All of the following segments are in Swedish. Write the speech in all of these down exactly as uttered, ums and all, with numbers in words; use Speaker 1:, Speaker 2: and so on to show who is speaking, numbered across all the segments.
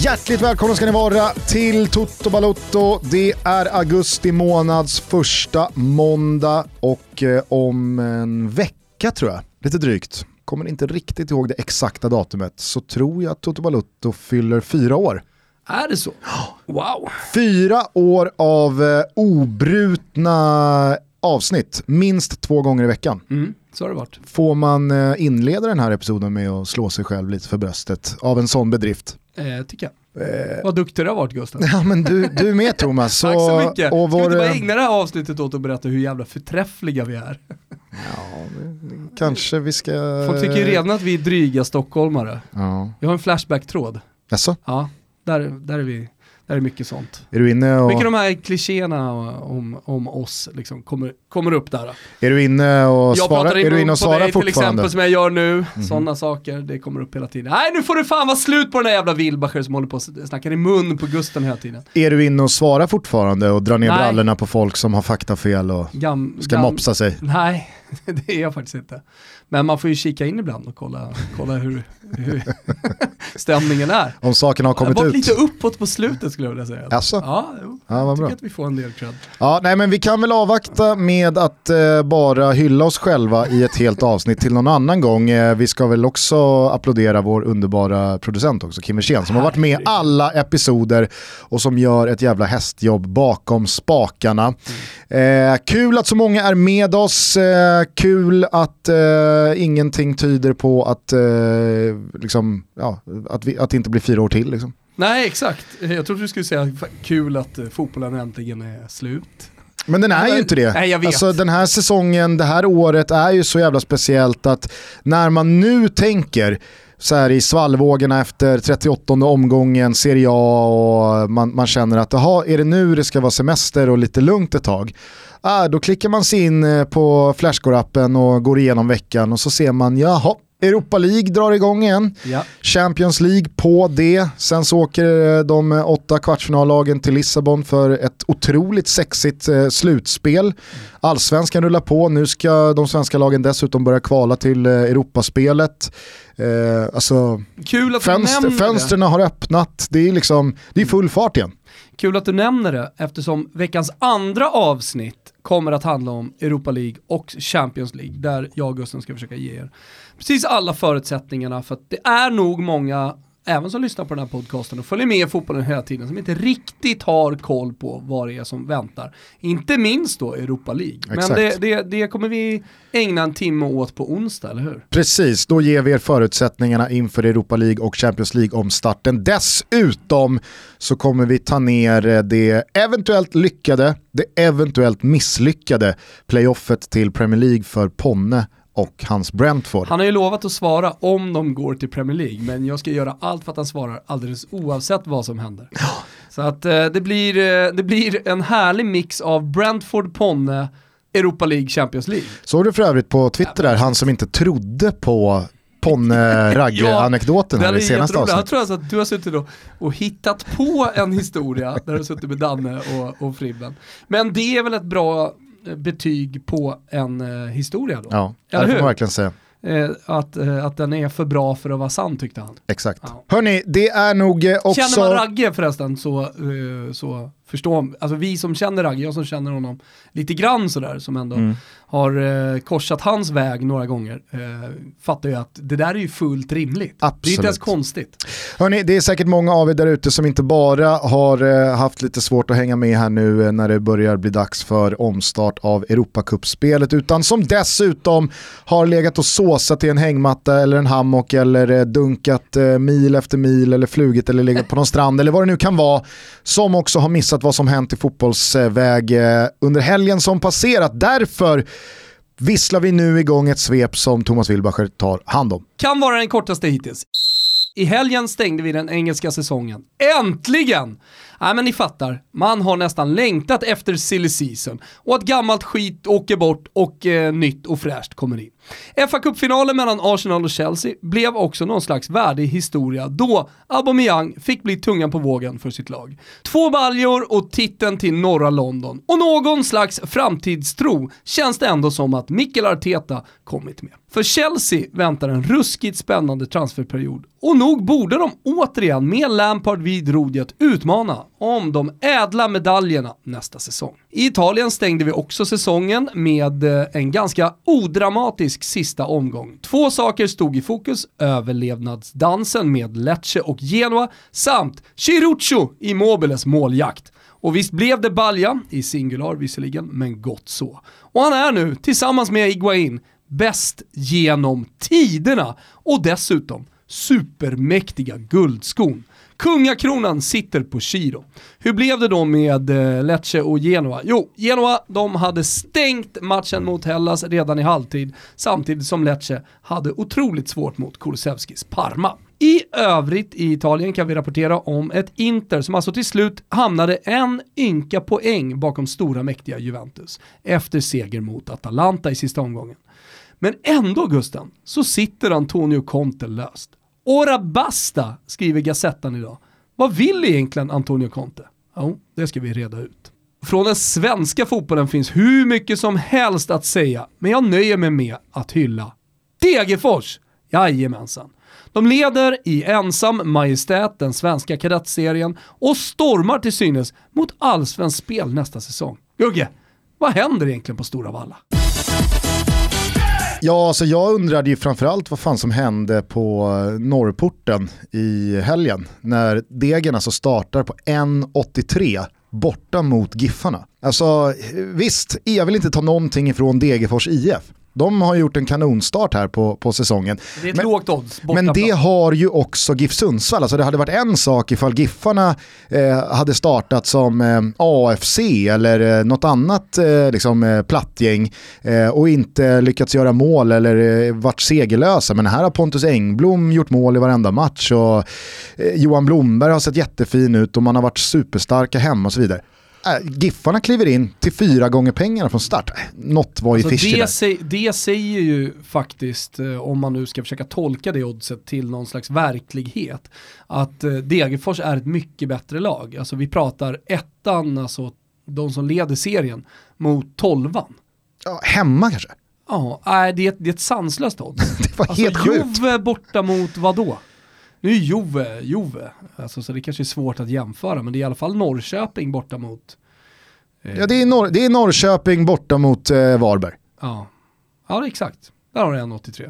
Speaker 1: Hjärtligt välkomna ska ni vara till Toto Balotto. Det är augusti månads första måndag och eh, om en vecka tror jag, lite drygt, kommer inte riktigt ihåg det exakta datumet, så tror jag att Toto Balotto fyller fyra år.
Speaker 2: Är det så? Wow.
Speaker 1: Fyra år av eh, obrutna avsnitt, minst två gånger i veckan.
Speaker 2: Mm, så har det varit.
Speaker 1: Får man eh, inleda den här episoden med att slå sig själv lite för bröstet av en sån bedrift?
Speaker 2: Eh, tycker jag. Eh. Vad duktig du har varit, Gustav.
Speaker 1: Ja, men du, du är med, Thomas.
Speaker 2: Tack så mycket.
Speaker 1: Och vår...
Speaker 2: Ska vi inte bara ägna det här avsnittet åt att berätta hur jävla förträffliga vi är?
Speaker 1: Ja, kanske vi ska...
Speaker 2: Folk tycker ju redan att vi är dryga stockholmare.
Speaker 1: Ja.
Speaker 2: Jag har en flashback-tråd.
Speaker 1: Jaså?
Speaker 2: Ja, där, där är vi... Där är mycket sånt.
Speaker 1: Är du inne och...
Speaker 2: Mycket de här klichéerna om, om oss liksom kommer, kommer upp där.
Speaker 1: Är du inne och
Speaker 2: jag
Speaker 1: svara, är du inne och svara
Speaker 2: dig,
Speaker 1: fortfarande?
Speaker 2: Till exempel som jag gör nu.
Speaker 1: Mm-hmm.
Speaker 2: Sådana saker, det kommer upp hela tiden. Nej, nu får det fan vara slut på den där jävla Wilbacher som håller på att snacka i mun på Gusten hela tiden.
Speaker 1: Är du inne och svara fortfarande och drar ner
Speaker 2: Nej.
Speaker 1: brallorna på folk som har faktafel och
Speaker 2: gam,
Speaker 1: ska
Speaker 2: gam,
Speaker 1: mopsa sig?
Speaker 2: Nej, det är jag faktiskt inte. Men man får ju kika in ibland och kolla, kolla hur, hur stämningen är.
Speaker 1: Om sakerna har kommit
Speaker 2: ut. Det var
Speaker 1: ut.
Speaker 2: lite uppåt på slutet skulle jag vilja säga.
Speaker 1: Alltså?
Speaker 2: Ja, jo.
Speaker 1: Ja, vad
Speaker 2: jag tycker
Speaker 1: bra.
Speaker 2: att vi får en del cred.
Speaker 1: Ja, nej, men vi kan väl avvakta med att eh, bara hylla oss själva i ett helt avsnitt till någon annan gång. Eh, vi ska väl också applådera vår underbara producent också, Kim Wirsén, som har varit med i alla episoder och som gör ett jävla hästjobb bakom spakarna. Mm. Eh, kul att så många är med oss. Eh, kul att eh, ingenting tyder på att, eh, liksom, ja, att, vi, att det inte blir fyra år till. Liksom.
Speaker 2: Nej, exakt. Jag trodde du skulle säga kul att uh, fotbollen äntligen är slut.
Speaker 1: Men den är ju inte det.
Speaker 2: Nej, jag vet.
Speaker 1: Alltså, den här säsongen, det här året är ju så jävla speciellt att när man nu tänker så här i svallvågorna efter trettioåttonde omgången Serie A och man, man känner att aha, är det nu det ska vara semester och lite lugnt ett tag? Ah, då klickar man sig in på Flashscore-appen och går igenom veckan och så ser man, jaha, Europa League drar igång igen.
Speaker 2: Ja.
Speaker 1: Champions League på det. Sen så åker de åtta kvartsfinallagen till Lissabon för ett otroligt sexigt eh, slutspel. Allsvenskan rullar på. Nu ska de svenska lagen dessutom börja kvala till eh, Europaspelet. Eh, alltså,
Speaker 2: Kul att
Speaker 1: fönster, fönstren har öppnat. Det är liksom, det är full fart igen.
Speaker 2: Kul att du nämner det, eftersom veckans andra avsnitt kommer att handla om Europa League och Champions League, där jag och Gusten ska försöka ge er precis alla förutsättningarna, för att det är nog många, även som lyssnar på den här podcasten och följer med i fotbollen hela tiden, som inte riktigt har koll på vad det är som väntar. Inte minst då Europa League.
Speaker 1: Exakt.
Speaker 2: Men det, det, det kommer vi ägna en timme åt på onsdag, eller hur?
Speaker 1: Precis, då ger vi er förutsättningarna inför Europa League och Champions League om starten. Dessutom så kommer vi ta ner det eventuellt lyckade, det eventuellt misslyckade playoffet till Premier League för Ponne och hans Brentford.
Speaker 2: Han har ju lovat att svara om de går till Premier League, men jag ska göra allt för att han svarar alldeles oavsett vad som händer. Så att eh, det, blir, eh, det blir en härlig mix av Brentford, Ponne, Europa League, Champions League.
Speaker 1: Såg du för övrigt på Twitter där, han som inte trodde på Ponne-ragge-anekdoten
Speaker 2: ja,
Speaker 1: här i senaste avsnittet. Jag
Speaker 2: tror alltså att du har suttit och, och hittat på en historia där du har suttit med Danne och, och Fribben. Men det är väl ett bra betyg på en uh, historia då?
Speaker 1: Ja, det får man verkligen säga.
Speaker 2: Eh, att, eh, att den är för bra för att vara sann, tyckte han.
Speaker 1: Exakt.
Speaker 2: Ja.
Speaker 1: Hörrni, det är nog eh, också...
Speaker 2: Känner man Ragge förresten så, uh, så förstår, alltså vi som känner Ragge, jag som känner honom lite grann sådär, som ändå mm. har uh, korsat hans väg några gånger, uh, fattar ju att det där är ju fullt rimligt.
Speaker 1: Absolut.
Speaker 2: Det är inte ens konstigt.
Speaker 1: Hörrni, det är säkert många av er där ute som inte bara har uh, haft lite svårt att hänga med här nu uh, när det börjar bli dags för omstart av Europacupspelet, utan som dessutom har legat och såsat i en hängmatta eller en hammock eller uh, dunkat uh, mil efter mil eller flugit eller legat på någon strand eller vad det nu kan vara, som också har missat vad som hänt i fotbollsväg under helgen som passerat. Därför visslar vi nu igång ett svep som Thomas Wilbacher tar hand om.
Speaker 2: Kan vara den kortaste hittills. I helgen stängde vi den engelska säsongen. Äntligen! Nej, men ni fattar, man har nästan längtat efter silly season och att gammalt skit åker bort och eh, nytt och fräscht kommer in. F A-cupfinalen mellan Arsenal och Chelsea blev också någon slags värdig historia då Aubameyang fick bli tungan på vågen för sitt lag. Två baljor och titeln till norra London och någon slags framtidstro känns det ändå som att Mikel Arteta kommit med. För Chelsea väntar en ruskigt spännande transferperiod och nog borde de återigen med Lampard vid rodret utmana om de ädla medaljerna nästa säsong. I Italien stängde vi också säsongen med en ganska odramatisk sista omgång. Två saker stod i fokus: överlevnadsdansen med Lecce och Genoa samt Chiruccio Immobiles måljakt. Och visst blev det balja, i singular visserligen, men gott så. Och han är nu, tillsammans med Higuain, bäst genom tiderna och dessutom supermäktiga guldskon. Kungakronan sitter på Chiro. Hur blev det då med eh, Lecce och Genoa? Jo, Genoa, de hade stängt matchen mot Hellas redan i halvtid, samtidigt som Lecce hade otroligt svårt mot Kulusevskis Parma. I övrigt i Italien kan vi rapportera om ett Inter som alltså till slut hamnade en ynka poäng bakom stora mäktiga Juventus efter seger mot Atalanta i sista omgången. Men ändå, Gusten, så sitter Antonio Conte löst. Ora basta, skriver Gazettan idag. Vad vill egentligen Antonio Conte? Jo, det ska vi reda ut. Från den svenska fotbollen finns hur mycket som helst att säga, men jag nöjer mig med att hylla Degerfors. Jajamensan. De leder i ensam majestät den svenska kadettserien och stormar till synes mot allsvensk spel nästa säsong. Gugge, vad händer egentligen på Stora Valla?
Speaker 1: Ja, alltså jag undrade ju framförallt vad fan som hände på Norrporten i helgen när Degen alltså startar på en åttiotre borta mot Giffarna. Alltså visst, jag vill inte ta någonting ifrån Degerfors I F. De har gjort en kanonstart här på, på säsongen.
Speaker 2: Det är ett
Speaker 1: men,
Speaker 2: lågt odds.
Speaker 1: Men det har ju också GIF Sundsvall. Alltså det hade varit en sak ifall Giffarna eh, hade startat som eh, A F C eller eh, något annat eh, liksom, eh, plattgäng eh, och inte lyckats göra mål eller eh, varit segerlösa. Men här har Pontus Engblom gjort mål i varenda match och eh, Johan Blomberg har sett jättefin ut och man har varit superstarka hemma och så vidare. Äh, Giffarna kliver in till fyra gånger pengarna från start. Äh, något var ju
Speaker 2: alltså
Speaker 1: fischer
Speaker 2: det, säg, det säger ju faktiskt, eh, om man nu ska försöka tolka det oddset till någon slags verklighet, att eh, Degerfors är ett mycket bättre lag. Alltså vi pratar ettan, alltså de som leder serien, mot tolvan.
Speaker 1: Ja, hemma kanske?
Speaker 2: Ja, nej, det, är, det är ett sanslöst odds.
Speaker 1: Det var
Speaker 2: alltså,
Speaker 1: helt sjukt.
Speaker 2: Juve borta mot vad då? Nu är Juve, Juve. Alltså, så det kanske är svårt att jämföra, men det är i alla fall Norrköping borta mot... Eh,
Speaker 1: ja, det är, Nor- det är Norrköping borta mot eh, Varberg.
Speaker 2: Ja. Ja, det är exakt. Där har du en åttiotre.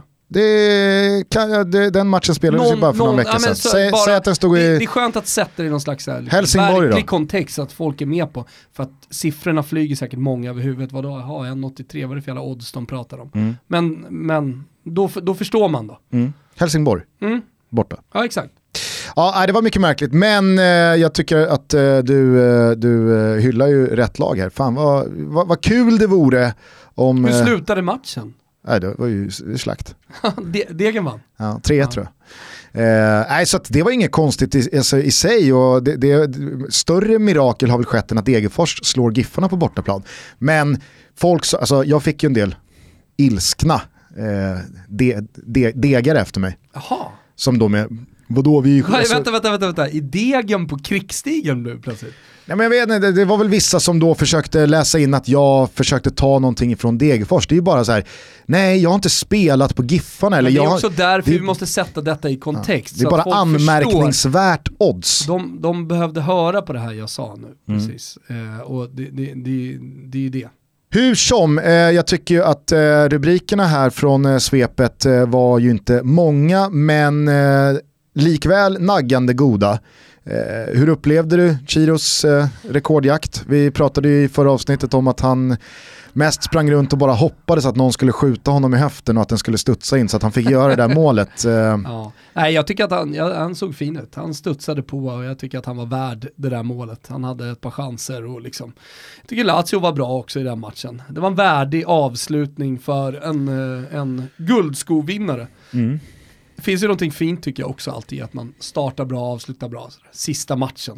Speaker 1: Det kan, det, den matchen spelades ju bara för någon, någon vecka ja, sedan.
Speaker 2: Så,
Speaker 1: säg,
Speaker 2: bara,
Speaker 1: säg att den stod i...
Speaker 2: det, det är skönt att sätta det i någon slags här,
Speaker 1: Helsingborg
Speaker 2: verklig
Speaker 1: då?
Speaker 2: kontext så att folk är med på. För att siffrorna flyger säkert många över huvudet. Vad då? Ja, en åttiotre, vad är det för jävla odds de pratar om? Mm. Men, men då, då förstår man då.
Speaker 1: Mm. Helsingborg, mm. borta.
Speaker 2: Ja, exakt.
Speaker 1: Ja, det var mycket märkligt, men eh, jag tycker att eh, du, eh, du eh, hyllar ju rätt lag här. Fan vad, vad, vad kul det vore om...
Speaker 2: Hur
Speaker 1: eh,
Speaker 2: slutade matchen?
Speaker 1: Nej, det var ju slakt.
Speaker 2: De, Degen vann.
Speaker 1: Ja, tre ett ja. tror jag. Eh, nej, så att det var inget konstigt i, alltså, i sig och det, det, större mirakel har väl skett än att Degerfors slår Giffarna på bortaplan. Men folk, alltså, jag fick ju en del ilskna eh, de, de, degare efter mig.
Speaker 2: Jaha.
Speaker 1: Som då med... Vadå, vi,
Speaker 2: Nej,
Speaker 1: alltså,
Speaker 2: vänta, vänta, vänta, vänta. I degen på krigsstigen nu plötsligt?
Speaker 1: Nej, men jag vet inte, det, det var väl vissa som då försökte läsa in att jag försökte ta någonting från Degerfors. Det är ju bara så här, nej jag har inte spelat på Giffarna. Eller
Speaker 2: men det är
Speaker 1: jag,
Speaker 2: också därför
Speaker 1: det,
Speaker 2: vi måste sätta detta i kontext.
Speaker 1: Ja, det är bara anmärkningsvärt förstår. odds.
Speaker 2: De, de behövde höra på det här jag sa nu, mm. precis. Eh, och det, det, det, det är ju det.
Speaker 1: Hur som, eh, jag tycker ju att eh, rubrikerna här från eh, svepet eh, var ju inte många, men eh, likväl naggande goda. Eh, hur upplevde du Chiros eh, rekordjakt? Vi pratade ju i förra avsnittet om att han mest sprang runt och bara hoppades att någon skulle skjuta honom i höften och att den skulle studsa in så att han fick göra det där målet. Eh.
Speaker 2: Ja. Nej, jag tycker att han, jag, han såg fin ut. Han studsade på och jag tycker att han var värd det där målet. Han hade ett par chanser och liksom, jag tycker Lazio var bra också i den matchen. Det var en värdig avslutning för en, en guldskovinnare. Mm. Det finns ju någonting fint tycker jag också alltid, att man startar bra och avslutar bra. Sista matchen.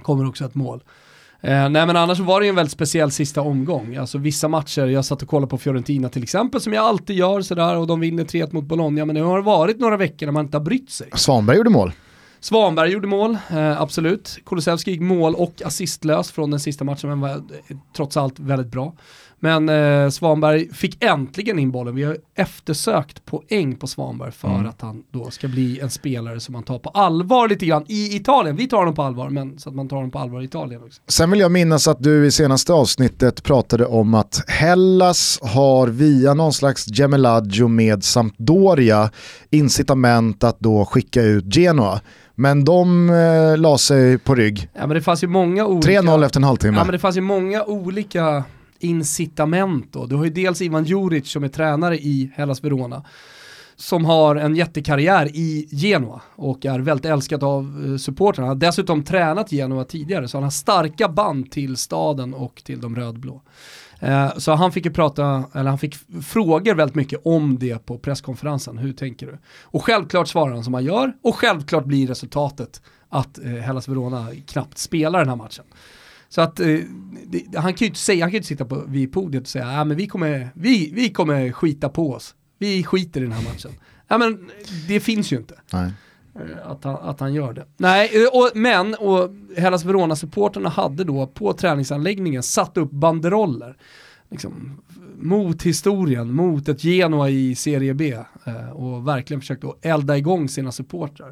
Speaker 2: kommer också ett mål. Eh, nej men annars var det ju en väldigt speciell sista omgång. Alltså vissa matcher, jag satt och kollade på Fiorentina till exempel som jag alltid gör sådär och de vinner tre ett mot Bologna, men det har varit några veckor när man inte har brytt sig.
Speaker 1: Svanberg gjorde mål.
Speaker 2: Svanberg gjorde mål, eh, absolut. Kulusevski gick mål och assistlös från den sista matchen, men var eh, trots allt väldigt bra. Men eh, Svanberg fick äntligen in bollen. Vi har eftersökt poäng på Svanberg för mm. att han då ska bli en spelare som man tar på allvar lite grann i Italien. Vi tar honom på allvar, men så att man tar honom på allvar i Italien också.
Speaker 1: Sen vill jag minnas att du i senaste avsnittet pratade om att Hellas har via någon slags gemelaggio med Sampdoria incitament att då skicka ut Genoa. Men de eh, la sig på rygg.
Speaker 2: Ja, men det fanns ju många olika...
Speaker 1: tre noll efter en halvtimme.
Speaker 2: Ja, men det fanns ju många olika incitament då. Du har ju dels Ivan Juric som är tränare i Hellas Verona som har en jättekarriär i Genoa och är väldigt älskad av uh, supporterna. Han har dessutom tränat Genoa tidigare, så han har starka band till staden och till de rödblå. Uh, så han fick ju prata, eller han fick frågor väldigt mycket om det på presskonferensen. Hur tänker du? Och självklart svarar han som han gör, och självklart blir resultatet att uh, Hellas Verona knappt spelar den här matchen. Så att uh, det, han kan ju inte säga, han kan ju inte sitta på vid podiet och säga ja, men vi kommer, vi, vi kommer skita på oss. Vi skiter i den här matchen. Ja, men det finns ju inte.
Speaker 1: Nej.
Speaker 2: Att han, att han gör det. Nej, och, men och Hellas Verona-supporterna hade då på träningsanläggningen satt upp banderoller liksom, mot historien, mot ett Genoa i Serie B eh, och verkligen försökt att elda igång sina supportrar.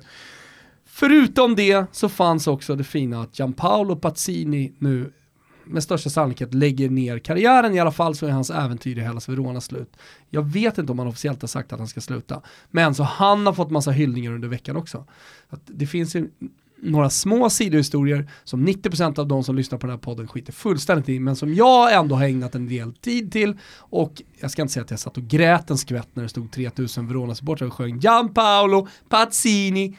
Speaker 2: Förutom det så fanns också det fina att Gianpaolo Pazzini nu med största sannolikhet lägger ner karriären. I alla fall så är hans äventyr i Hellas Verona slut. Jag vet inte om han officiellt har sagt att han ska sluta. Men så han har fått massa hyllningar under veckan också. Att det finns ju några små sidohistorier som nittio procent av de som lyssnar på den här podden skiter fullständigt i, men som jag ändå har ägnat en del tid till. Och jag ska inte säga att jag satt och grät en skvätt när det stod tre tusen Verona-supportrar och sjöng Gianpaolo Pazzini,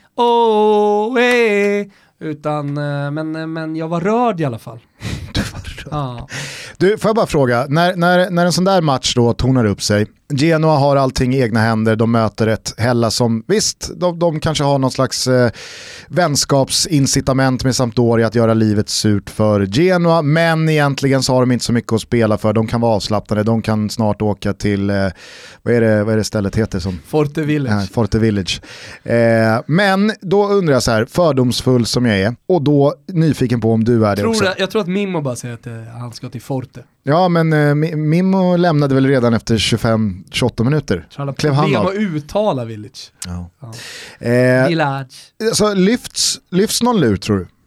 Speaker 2: oh, eh. Utan, men, men jag var rörd i alla fall.
Speaker 1: Du var rörd.
Speaker 2: Ja.
Speaker 1: Du, får jag bara fråga, när, när, när en sån där match då tonar upp sig, Genoa har allting i egna händer, de möter ett Hellas som, visst, de, de kanske har någon slags eh, vänskapsincitament med Sampdoria att göra livet surt för Genoa, men egentligen så har de inte så mycket att spela för, de kan vara avslappnade, de kan snart åka till, eh, vad, är det, vad är det stället heter som?
Speaker 2: Forte Village.
Speaker 1: Ja, Forte Village. Eh, men då undrar jag så här, fördomsfull som jag är, och då nyfiken på om du är det
Speaker 2: tror
Speaker 1: också.
Speaker 2: Jag, jag tror att Mimmo bara säger att eh, han ska till Forte.
Speaker 1: Ja, men eh, Mimmo lämnade väl redan efter tjugofem tjugoåtta minuter.
Speaker 2: Alla problem att uttala Village.
Speaker 1: Ja.
Speaker 2: Ja.
Speaker 1: Eh,
Speaker 2: Village.
Speaker 1: alltså, lyfts, lyfts någon lur tror du?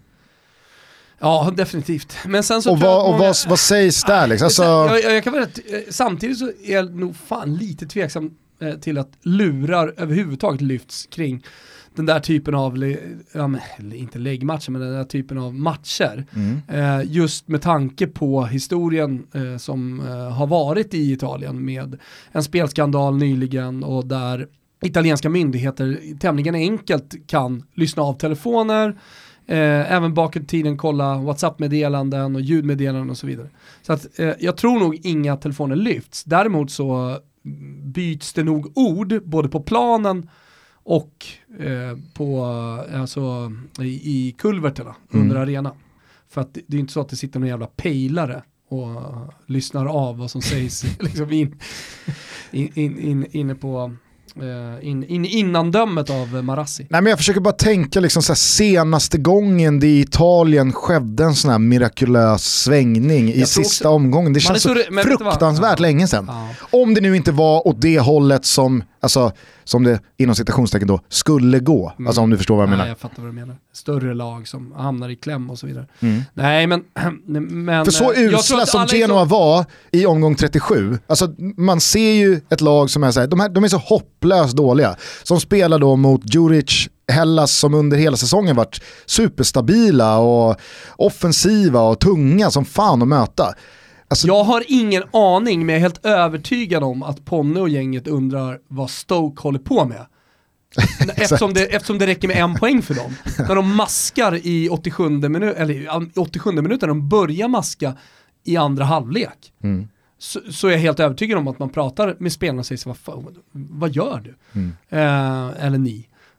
Speaker 2: Ja, definitivt. Men sen så
Speaker 1: och vad, många... och vad, vad sägs där? Liksom? Alltså...
Speaker 2: jag, jag, jag kan väl, samtidigt så är jag nog fan lite tveksam eh, till att lurar överhuvudtaget lyfts kring den där typen av, ja, men, inte läggmatcher, men den där typen av matcher. Mm. Eh, just med tanke på historien eh, som eh, har varit i Italien med en spelskandal nyligen och där italienska myndigheter tämligen enkelt kan lyssna av telefoner, eh, även bakåt i tiden kolla WhatsApp-meddelanden och ljudmeddelanden och så vidare. Så att eh, jag tror nog inga telefoner lyfts. Däremot så byts det nog ord både på planen och eh, på, alltså, i, i kulverterna mm. under arena. För att det, det är inte så att det sitter någon jävla pejlare och uh, lyssnar av vad som sägs liksom in, in, in, in, inne på uh, in, in, innandömet av Marassi.
Speaker 1: Nej, men jag försöker bara tänka liksom så här, senaste gången det i Italien skedde en sån här mirakulös svängning i sista också, omgången. Det känns så, så fruktansvärt ja. länge sedan. Ja. Om det nu inte var åt det hållet som, alltså, som det inom citationstecken då skulle gå. Mm. Alltså om du förstår vad jag
Speaker 2: Nej,
Speaker 1: menar.
Speaker 2: Jag fattar vad du menar. Större lag som hamnar i kläm och så vidare.
Speaker 1: Mm.
Speaker 2: Nej, men, men...
Speaker 1: För så usla som Genoa så... var i omgång trettiosju, alltså man ser ju ett lag som är så här, de, här, de är så hopplöst dåliga. Som spelar då mot Juric, Hellas som under hela säsongen varit superstabila och offensiva och tunga som fan att möta. Alltså,
Speaker 2: jag har ingen aning, men jag är helt övertygad om att Ponne och gänget undrar vad Stoke håller på med. eftersom, det, eftersom det räcker med en poäng för dem. När de maskar i åttiosjunde minuten, eller åttiosjunde minuten, de börjar maska i andra halvlek. Mm. Så, så är jag helt övertygad om att man pratar med spelarna och säger så, vad, fan, vad gör du? Mm. Eh, eller ni.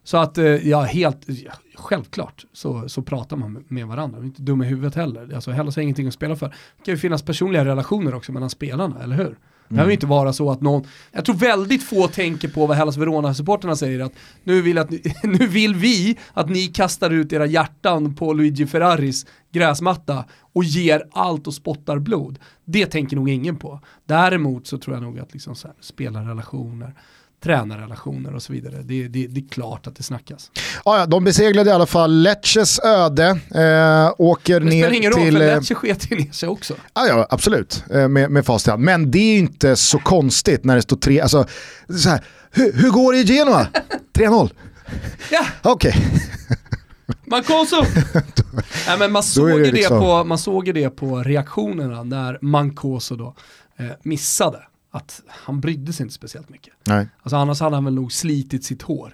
Speaker 2: Så att ja, helt ja, självklart så, så pratar man med varandra. Man är inte dum i huvudet heller. Alltså Hellas har ingenting att spela för. Det kan ju finnas personliga relationer också mellan spelarna, eller hur? Det behöver inte vara så att någon, jag tror väldigt få tänker på vad Hellas Verona-supporterna säger, att nu vill, att ni, nu vill vi att ni kastar ut era hjärtan på Luigi Ferraris gräsmatta och ger allt och spottar blod. Det tänker nog ingen på. Däremot så tror jag nog att liksom så här, spelarrelationer, tränarrelationer och så vidare. Det, det, det är klart att det snackas.
Speaker 1: Ja, ja, de beseglade i alla fall Lecces öde. Eh, åker
Speaker 2: det
Speaker 1: ner
Speaker 2: ingen
Speaker 1: till...
Speaker 2: roll, för Lecce sket ju ner sig också.
Speaker 1: Ja, ja absolut. Eh, med, med fast hand. Men det är ju inte så konstigt när det står tre... Alltså, så här, hur, hur går det i Genoa? tre noll.
Speaker 2: Ja.
Speaker 1: Okej. Okay.
Speaker 2: Mancoso! Nej, men man såg,
Speaker 1: det
Speaker 2: det
Speaker 1: liksom...
Speaker 2: på, man såg ju det på reaktionerna när Mancoso då eh, missade. Att han brydde sig inte speciellt mycket.
Speaker 1: Nej.
Speaker 2: Alltså annars hade han väl nog slitit sitt hår.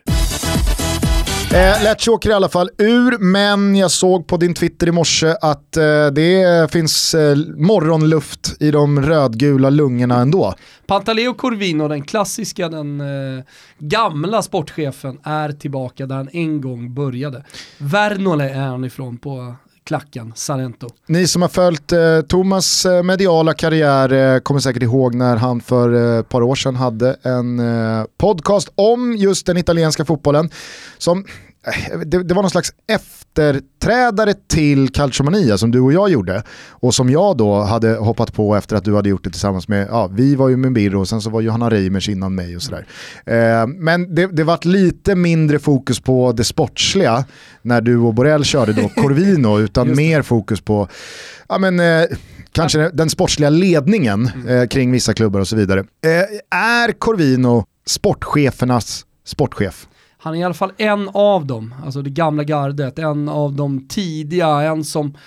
Speaker 1: Eh, Lecce åker i alla fall ur, men jag såg på din Twitter i morse att eh, det finns eh, morgonluft i de rödgula lungorna ändå.
Speaker 2: Pantaleo Corvino, den klassiska, den eh, gamla sportchefen, är tillbaka där han en gång började. Vernole är han ifrån på klacken, Salento.
Speaker 1: Ni som har följt eh, Thomas eh, mediala karriär eh, kommer säkert ihåg när han för ett eh, par år sedan hade en eh, podcast om just den italienska fotbollen som eh, det, det var någon slags efterträdare till Calciomania som du och jag gjorde och som jag då hade hoppat på efter att du hade gjort det tillsammans med, ja, vi var ju med Birro och sen så var Johanna Reimers innan mig och sådär. Eh, men det, det var lite mindre fokus på det sportsliga när du och Borrell körde då Corvino utan mer fokus på ja, men, eh, kanske ja. den sportsliga ledningen mm. eh, kring vissa klubbar och så vidare. Eh, är Corvino sportchefernas sportchef?
Speaker 2: Han är i alla fall en av dem, alltså det gamla gardet, en av de tidiga, en som...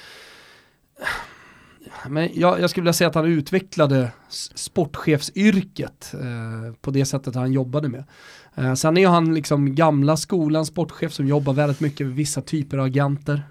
Speaker 2: Men jag, jag skulle vilja säga att han utvecklade sportchefsyrket eh, på det sättet han jobbade med. Eh, sen är han liksom gamla skolans sportchef som jobbar väldigt mycket med vissa typer av agenter.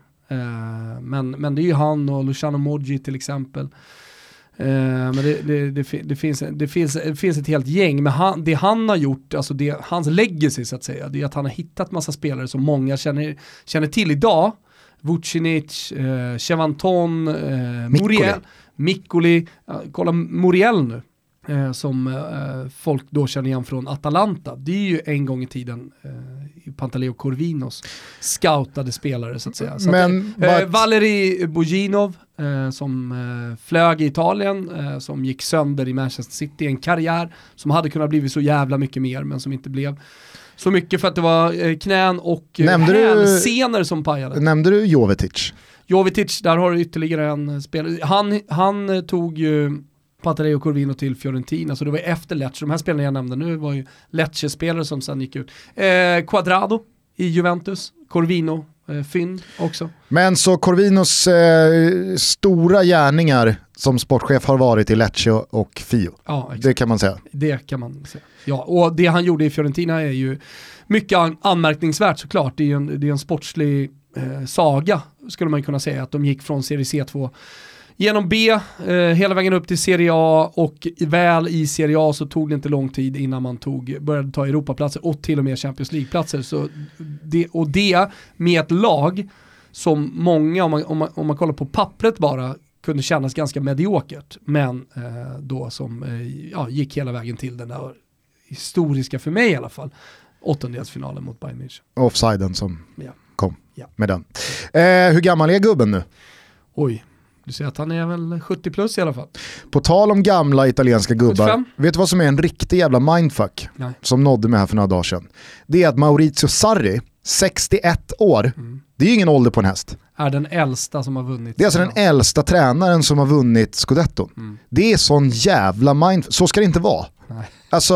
Speaker 2: Eh, men, men det är ju han och Luciano Moggi till exempel. Uh, men det, det, det, det, finns, det, finns, det finns ett helt gäng, men han, det han har gjort, alltså det, hans legacy så att säga, det är att han har hittat massa spelare som många känner, känner till idag. Vucinic, uh, Chevanton, uh, Muriel, Miccoli, uh, kolla Muriel nu. Eh, som eh, folk då känner igen från Atalanta. Det är ju en gång i tiden eh, Pantaleo Corvinos scoutade spelare så att säga. Så
Speaker 1: Men,
Speaker 2: att, eh,
Speaker 1: but...
Speaker 2: Valeri Buginov eh, som eh, flög i Italien, eh, som gick sönder i Manchester City, en karriär som hade kunnat bli så jävla mycket mer men som inte blev så mycket för att det var eh, knän och hälsenor som pajade.
Speaker 1: Nämnde du Jovetic?
Speaker 2: Jovetic, där har du ytterligare en spelare. Han, han tog ju Pantaleo Corvino till Fiorentina, så det var efter Lecce. De här spelarna jag nämnde nu var ju Lecce-spelare som sen gick ut. Eh, Quadrado i Juventus, Corvino, eh, Finn också.
Speaker 1: Men så Corvinos eh, stora gärningar som sportchef har varit i Lecce och Fio.
Speaker 2: Ja, exakt.
Speaker 1: Det kan man säga.
Speaker 2: Det kan man säga. Ja, och det han gjorde i Fiorentina är ju mycket an- anmärkningsvärt såklart. Det är ju en, det är en sportslig eh, saga, skulle man kunna säga, att de gick från Serie C två genom B, eh, hela vägen upp till Serie A, och väl i Serie A så tog det inte lång tid innan man tog, började ta Europaplatser och till och med Champions League-platser. Så det, och det med ett lag som många, om man, om man, om man kollar på pappret bara, kunde kännas ganska mediokert, men eh, då som eh, ja, gick hela vägen till den där historiska, för mig i alla fall, åttondelsfinalen mot Bayern München.
Speaker 1: Offsiden som
Speaker 2: ja.
Speaker 1: kom
Speaker 2: ja.
Speaker 1: med den. Eh, hur gammal är gubben nu?
Speaker 2: Oj. Du säger att han är väl sjuttio plus i alla fall.
Speaker 1: På tal om gamla italienska gubbar,
Speaker 2: sjuttiofem.
Speaker 1: Vet du vad som är en riktig jävla mindfuck?
Speaker 2: Nej. Som
Speaker 1: nådde mig här för några dagar sedan? Det är att Maurizio Sarri, sextioett år, mm. det är ju ingen ålder på en häst.
Speaker 2: Är den äldsta som har vunnit.
Speaker 1: Det är alltså den äldsta tränaren som har vunnit Scudetto. Mm. Det är sån jävla mindfuck. Så ska det inte vara. Nej. Alltså,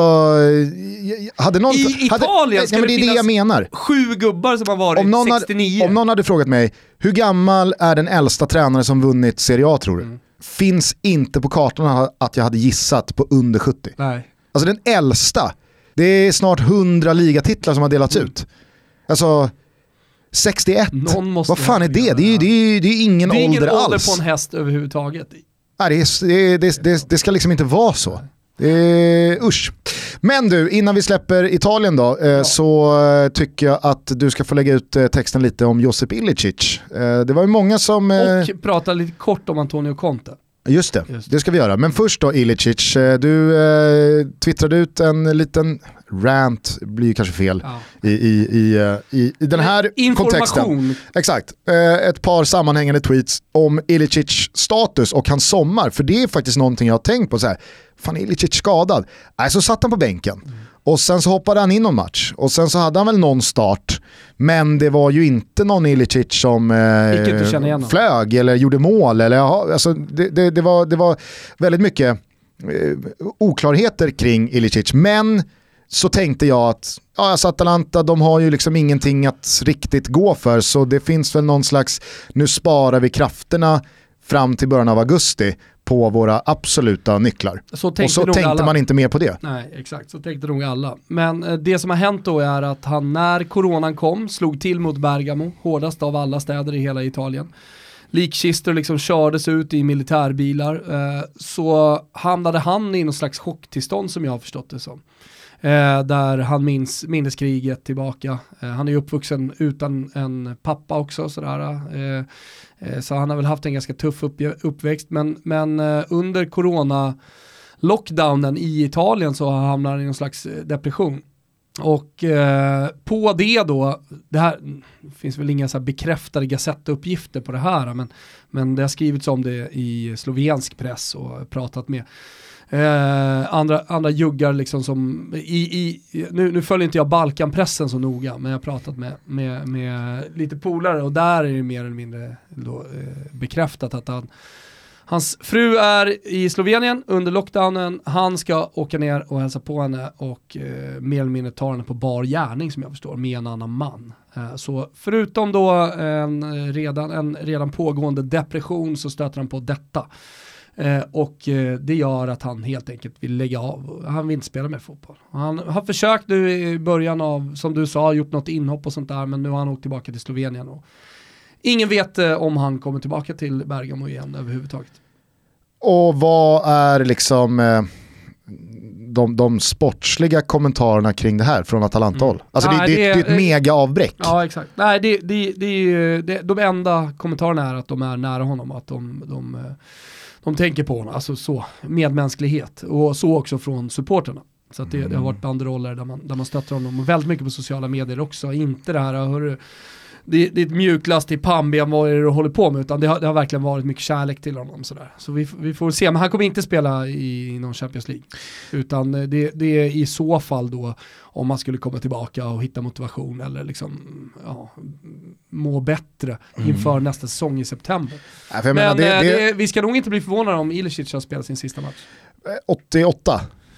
Speaker 1: hade någon...
Speaker 2: I Italien
Speaker 1: hade,
Speaker 2: ska
Speaker 1: nej,
Speaker 2: det,
Speaker 1: det är
Speaker 2: finnas
Speaker 1: det jag menar.
Speaker 2: Sju gubbar som har varit
Speaker 1: om någon
Speaker 2: sextionio.
Speaker 1: Hade, om någon hade frågat mig, hur gammal är den äldsta tränare som vunnit Serie A tror du? Mm. Finns inte på kartan att jag hade gissat på under sjuttio.
Speaker 2: Nej.
Speaker 1: Alltså den äldsta, det är snart hundra ligatitlar som har delats mm. ut. Alltså... sextioett, vad fan är det? Det är ju det är, det är ingen ålder alls. Det är ingen ålder
Speaker 2: på en häst överhuvudtaget.
Speaker 1: Nej, det, är, det, det, det, det ska liksom inte vara så. Eh, usch. Men du, innan vi släpper Italien då, eh, ja. så eh, tycker jag att du ska få lägga ut eh, texten lite om Josip Ilicic. Eh, det var ju många som... Eh...
Speaker 2: Och prata lite kort om Antonio Conte.
Speaker 1: Just det, Just det, det ska vi göra. Men först då Ilicic, du eh, twittrade ut en liten rant, blir ju kanske fel, ja. i, i, i, i, i den här kontexten. Exakt, eh, ett par sammanhängande tweets om Ilicic status och hans sommar. För det är faktiskt någonting jag har tänkt på så här. Fan, Ilicic skadad. Nej, så satt han på bänken. Mm. Och sen så hoppade han in någon match. Och sen så hade han väl någon start. Men det var ju inte någon Ilicic som eh, flög eller gjorde mål. Eller, alltså, det, det, det, var, det var väldigt mycket eh, oklarheter kring Ilicic. Men så tänkte jag att ja, alltså Atalanta, de har ju liksom ingenting att riktigt gå för. Så det finns väl någon slags, nu sparar vi krafterna fram till början av augusti på våra absoluta nycklar. Så och så tänkte alla. Man inte mer på det.
Speaker 2: Nej, exakt. Så tänkte nog alla. Men eh, det som har hänt då är att han när coronan kom slog till mot Bergamo, hårdast av alla städer i hela Italien. Likkistor liksom kördes ut i militärbilar. Eh, så hamnade han i någon slags chocktillstånd som jag har förstått det som. Eh, där han minns minneskriget tillbaka. Eh, han är uppvuxen utan en pappa också. Sådär. Eh, eh, så han har väl haft en ganska tuff upp, uppväxt. Men, men eh, under corona-lockdownen i Italien så hamnar han i någon slags depression. Och eh, på det då, det här finns väl inga så här bekräftade gazettuppgifter på det här. Men, men det har skrivits om det i slovensk press och pratat med Eh, andra, andra juggar liksom som i, i, nu, nu följer inte jag Balkanpressen så noga, men jag har pratat med, med, med lite polare och där är det mer eller mindre då, eh, bekräftat att han, hans fru är i Slovenien under lockdownen, han ska åka ner och hälsa på henne och eh, mer eller mindre ta henne på bar gärning som jag förstår med en annan man. Eh, så förutom då en redan, en redan pågående depression så stöter han på detta. Eh, och eh, det gör att han helt enkelt vill lägga av. Han vill inte spela med fotboll. Han har försökt nu i början av, som du sa, gjort något inhopp och sånt där, men nu har han åkt tillbaka till Slovenien och ingen vet eh, om han kommer tillbaka till Bergamo igen överhuvudtaget.
Speaker 1: Och vad är liksom eh, de, de sportsliga kommentarerna kring det här från Atalanta-håll? Mm. Alltså Nej, det, det, det, det är ett mega avbräck.
Speaker 2: Ja, exakt. Nej, det, det, det, det, de enda kommentarerna är att de är nära honom, att de, de De tänker på honom, alltså så, medmänsklighet. Och så också från supporterna. Så att det, mm. det har varit banderoller där man, där man stöttar honom. Och väldigt mycket på sociala medier också. Inte det här, hörru, det, det är ett mjuklast i Pambia, vad är det du håller på med? Utan det har, det har verkligen varit mycket kärlek till honom. Sådär. Så vi, vi får se, men han kommer inte spela i någon Champions League. Utan det, det är i så fall då, om man skulle komma tillbaka och hitta motivation eller liksom, ja, må bättre mm. inför nästa säsong i september. Ja, men menar, det, det... Det, vi ska nog inte bli förvånade om Ilicic har spelat sin sista match.
Speaker 1: åttioåtta?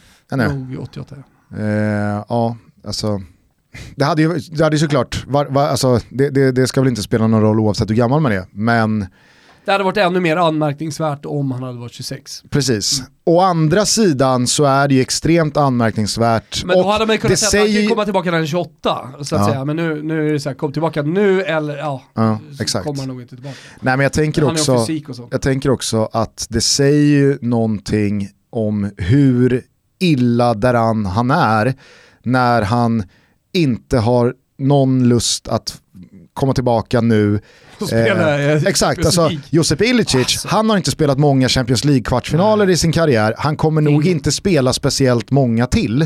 Speaker 2: Nog åttioåtta,
Speaker 1: ja. Eh, ja, alltså... Det hade ju, det hade ju såklart, var, var, alltså, det, det, det ska väl inte spela någon roll oavsett hur gammal man är, men...
Speaker 2: Det hade varit ännu mer anmärkningsvärt om han hade varit tjugosex.
Speaker 1: Precis. Mm. Å andra sidan så är det ju extremt anmärkningsvärt.
Speaker 2: Men då hade man kunnat säga säger... att han kan komma tillbaka när han är tjugoåtta. Så att ja. säga. Men nu, nu är det så här, kom tillbaka nu eller ja,
Speaker 1: ja exakt.
Speaker 2: kommer han nog inte tillbaka.
Speaker 1: Nej, men jag tänker, men också, jag tänker också att det säger ju någonting om hur illa däran han är när han inte har någon lust att komma tillbaka nu.
Speaker 2: Spela,
Speaker 1: eh, exakt, alltså Josip Ilicic, alltså. Han har inte spelat många Champions League-kvartsfinaler i sin karriär. Han kommer nog Ingen. inte spela speciellt många till.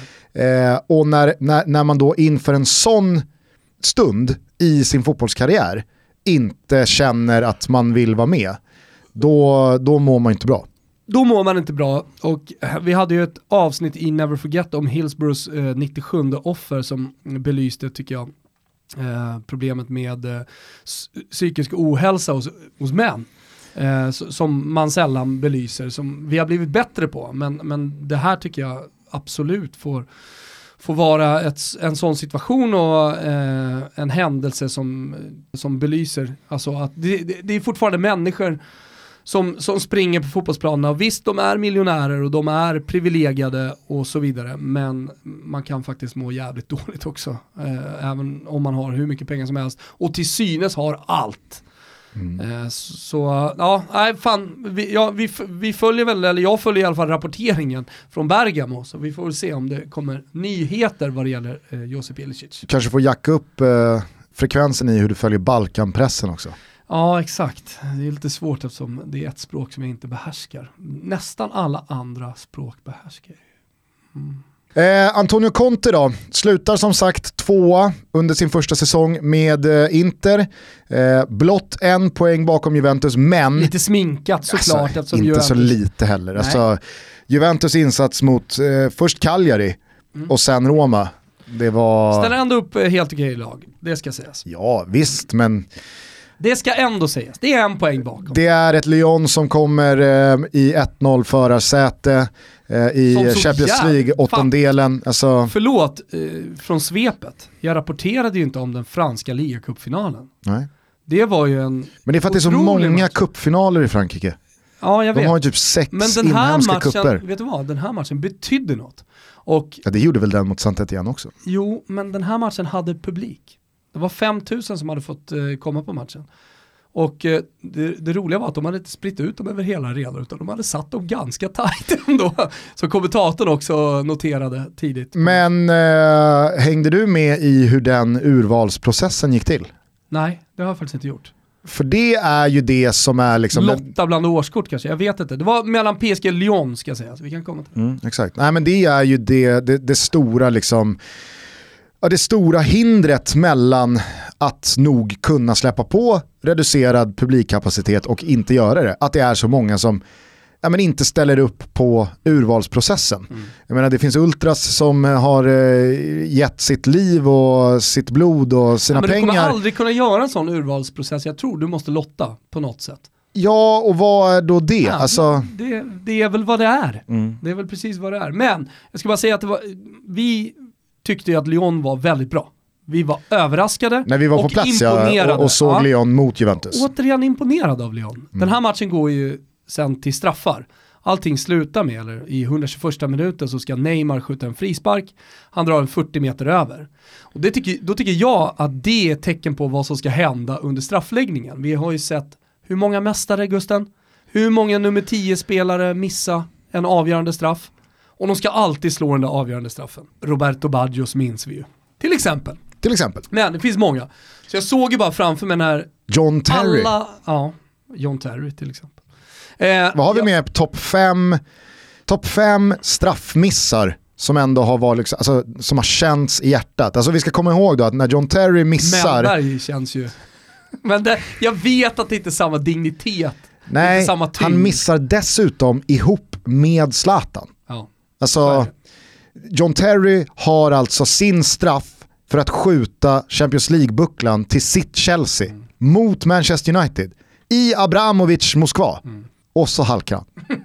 Speaker 1: Eh, och när, när, när man då inför en sån stund i sin fotbollskarriär inte känner att man vill vara med, då, då mår man inte bra.
Speaker 2: Då mår man inte bra, och vi hade ju ett avsnitt i Never Forget om Hillsboroughs eh, nittiosjunde offer som belyste, tycker jag, eh, problemet med eh, psykisk ohälsa hos, hos män. Eh, som man sällan belyser, som vi har blivit bättre på, men, men det här tycker jag absolut får, får vara ett, en sån situation och eh, en händelse som, som belyser, alltså att det, det, det är fortfarande människor Som, som springer på fotbollsplanerna, och visst, de är miljonärer och de är privilegierade och så vidare, men man kan faktiskt må jävligt dåligt också, eh, även om man har hur mycket pengar som helst och till synes har allt. Mm. Eh, så, ja, nej fan, vi, ja, vi, vi följer väl, eller jag följer i alla fall rapporteringen från Bergamo, så vi får väl se om det kommer nyheter vad det gäller eh, Josip Ilicic.
Speaker 1: Du kanske får jacka upp eh, frekvensen i hur du följer Balkanpressen också.
Speaker 2: Ja, exakt. Det är lite svårt eftersom det är ett språk som jag inte behärskar. Nästan alla andra språk behärskar jag. Mm.
Speaker 1: Eh, Antonio Conte då, slutar som sagt tvåa under sin första säsong med eh, Inter. Eh, blott en poäng bakom Juventus, men...
Speaker 2: Lite sminkat såklart.
Speaker 1: Alltså, inte Juventus. Så lite heller. Alltså, Juventus insats mot eh, först Cagliari mm. och sen Roma. Det var...
Speaker 2: Ställer ändå upp helt okej lag, det ska sägas.
Speaker 1: Ja, visst, men...
Speaker 2: Det ska ändå sägas, det är en poäng bakom.
Speaker 1: Det är ett Lyon som kommer eh, i ett noll förarsäte eh, i Champions League åttondelen. Alltså...
Speaker 2: Förlåt eh, från svepet. Jag rapporterade ju inte om den franska ligacupfinalen.
Speaker 1: Nej.
Speaker 2: Det var ju en...
Speaker 1: Men det är för att det är så många cupfinaler i Frankrike.
Speaker 2: Ja, jag vet.
Speaker 1: De har ju typ sex
Speaker 2: Men den här
Speaker 1: inhemska
Speaker 2: matchen,
Speaker 1: kupper.
Speaker 2: vet du vad? Den här matchen betydde något. Och,
Speaker 1: ja, det gjorde väl den mot Saint-Étienne också.
Speaker 2: Jo, men den här matchen hade publik. Det var fem tusen som hade fått eh, komma på matchen. Och eh, det, det roliga var att de hade inte spritt ut dem över hela arenan, utan de hade satt dem ganska tajt ändå. Som kommentatorn också noterade tidigt.
Speaker 1: Men eh, hängde du med i hur den urvalsprocessen gick till?
Speaker 2: Nej, det har jag faktiskt inte gjort.
Speaker 1: För det är ju det som är liksom...
Speaker 2: Lotta bland årskort kanske, jag vet inte. Det var mellan P S G och Lyon ska jag säga, så vi kan komma till det.
Speaker 1: Mm, exakt. Nej, men det är ju det, det, det stora liksom... Ja, det stora hindret mellan att nog kunna släppa på reducerad publikkapacitet och inte göra det. Att det är så många som ja, men inte ställer upp på urvalsprocessen. Mm. Jag menar, det finns ultras som har eh, gett sitt liv och sitt blod och sina
Speaker 2: ja, men
Speaker 1: pengar.
Speaker 2: Du kommer aldrig kunna göra en sån urvalsprocess. Jag tror du måste lotta på något sätt.
Speaker 1: Ja, och vad är då det?
Speaker 2: Ja,
Speaker 1: alltså...
Speaker 2: det, det är väl vad det är.
Speaker 1: Mm.
Speaker 2: Det är väl precis vad det är. Men jag ska bara säga att det var, vi tyckte ju att Lyon var väldigt bra. Vi var överraskade
Speaker 1: när vi var
Speaker 2: och
Speaker 1: på plats
Speaker 2: imponerade.
Speaker 1: Ja, och, och såg ja. Lyon mot Juventus.
Speaker 2: Återigen imponerad av Lyon.
Speaker 1: Mm.
Speaker 2: Den här matchen går ju sen till straffar. Allting slutar med, eller i hundratjugoförsta minuten så ska Neymar skjuta en frispark. Han drar en fyrtio meter över. Och det tycker, då tycker jag att det är ett tecken på vad som ska hända under straffläggningen. Vi har ju sett hur många mästare, Gusten? Hur många nummer tio spelare missa en avgörande straff? Och de ska alltid slå den där avgörande straffen. Roberto Baggios minns vi ju. Till exempel.
Speaker 1: Till exempel.
Speaker 2: Men det finns många. Så jag såg ju bara framför mig när...
Speaker 1: John Terry.
Speaker 2: Alla, ja, John Terry till exempel. Eh,
Speaker 1: Vad har vi
Speaker 2: ja.
Speaker 1: med? Topp fem, top fem straffmissar som ändå har varit liksom, alltså, som har känts i hjärtat. Alltså vi ska komma ihåg då att när John Terry missar...
Speaker 2: Mellberg känns ju... Men det, jag vet att det inte är samma dignitet.
Speaker 1: Nej,
Speaker 2: inte samma
Speaker 1: han missar dessutom ihop med Zlatan.
Speaker 2: Ja.
Speaker 1: Alltså, John Terry har alltså sin straff för att skjuta Champions League-bucklan till sitt Chelsea mm. mot Manchester United i Abramovic Moskva. Mm. Och så halkar han.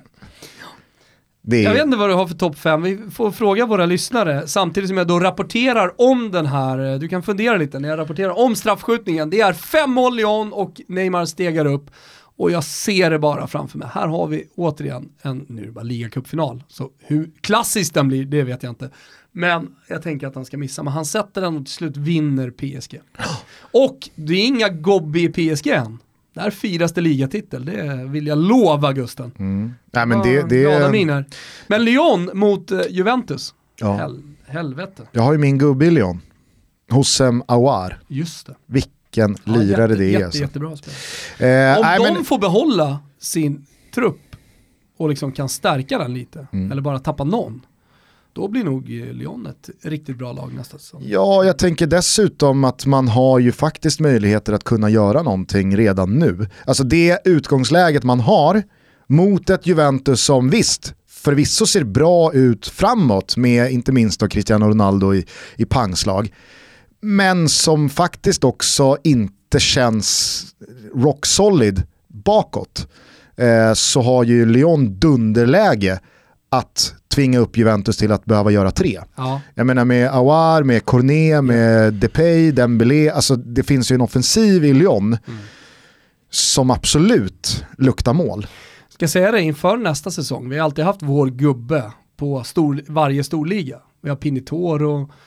Speaker 1: Det är...
Speaker 2: Jag vet inte vad du har för topp fem. Vi får fråga våra lyssnare samtidigt som jag då rapporterar om den här. Du kan fundera lite när jag rapporterar om straffskjutningen. Det är fem mål Lyon och Neymar stegar upp. Och jag ser det bara framför mig. Här har vi återigen en, nu är det bara ligacupfinal. Så hur klassiskt den blir, det vet jag inte. Men jag tänker att han ska missa. Men han sätter den och till slut vinner P S G. Och det är inga gobby i P S G än. Det här fyraste ligatitel, det vill jag lova, Gusten.
Speaker 1: Mm. Nej, men det, det...
Speaker 2: Glada miner. Men Lyon mot uh, Juventus.
Speaker 1: Ja.
Speaker 2: Hel- helvete.
Speaker 1: Jag har ju min gubbe i Lyon. Hossem Aouar.
Speaker 2: Just det.
Speaker 1: Vilken
Speaker 2: ja,
Speaker 1: lirare
Speaker 2: jätte,
Speaker 1: det är.
Speaker 2: Jätte,
Speaker 1: alltså.
Speaker 2: jättebra spel.
Speaker 1: Eh,
Speaker 2: Om
Speaker 1: nej,
Speaker 2: de
Speaker 1: men...
Speaker 2: får behålla sin trupp och liksom kan stärka den lite, mm. eller bara tappa någon, då blir nog Lyon ett riktigt bra lag nästa säsong.
Speaker 1: Ja, jag tänker dessutom att man har ju faktiskt möjligheter att kunna göra någonting redan nu. Alltså det utgångsläget man har mot ett Juventus som visst, förvisso ser bra ut framåt med inte minst då Cristiano Ronaldo i, i pangslag, men som faktiskt också inte känns rock solid bakåt. Eh, så har ju Lyon dunderläge att tvinga upp Juventus till att behöva göra tre.
Speaker 2: Ja.
Speaker 1: Jag menar med Aouar, med Cornet, med Depay, Dembélé, alltså det finns ju en offensiv i Lyon mm. som absolut luktar mål.
Speaker 2: Ska jag säga det inför nästa säsong, vi har alltid haft vår gubbe på stor, varje storliga. Vi har Pinitoro,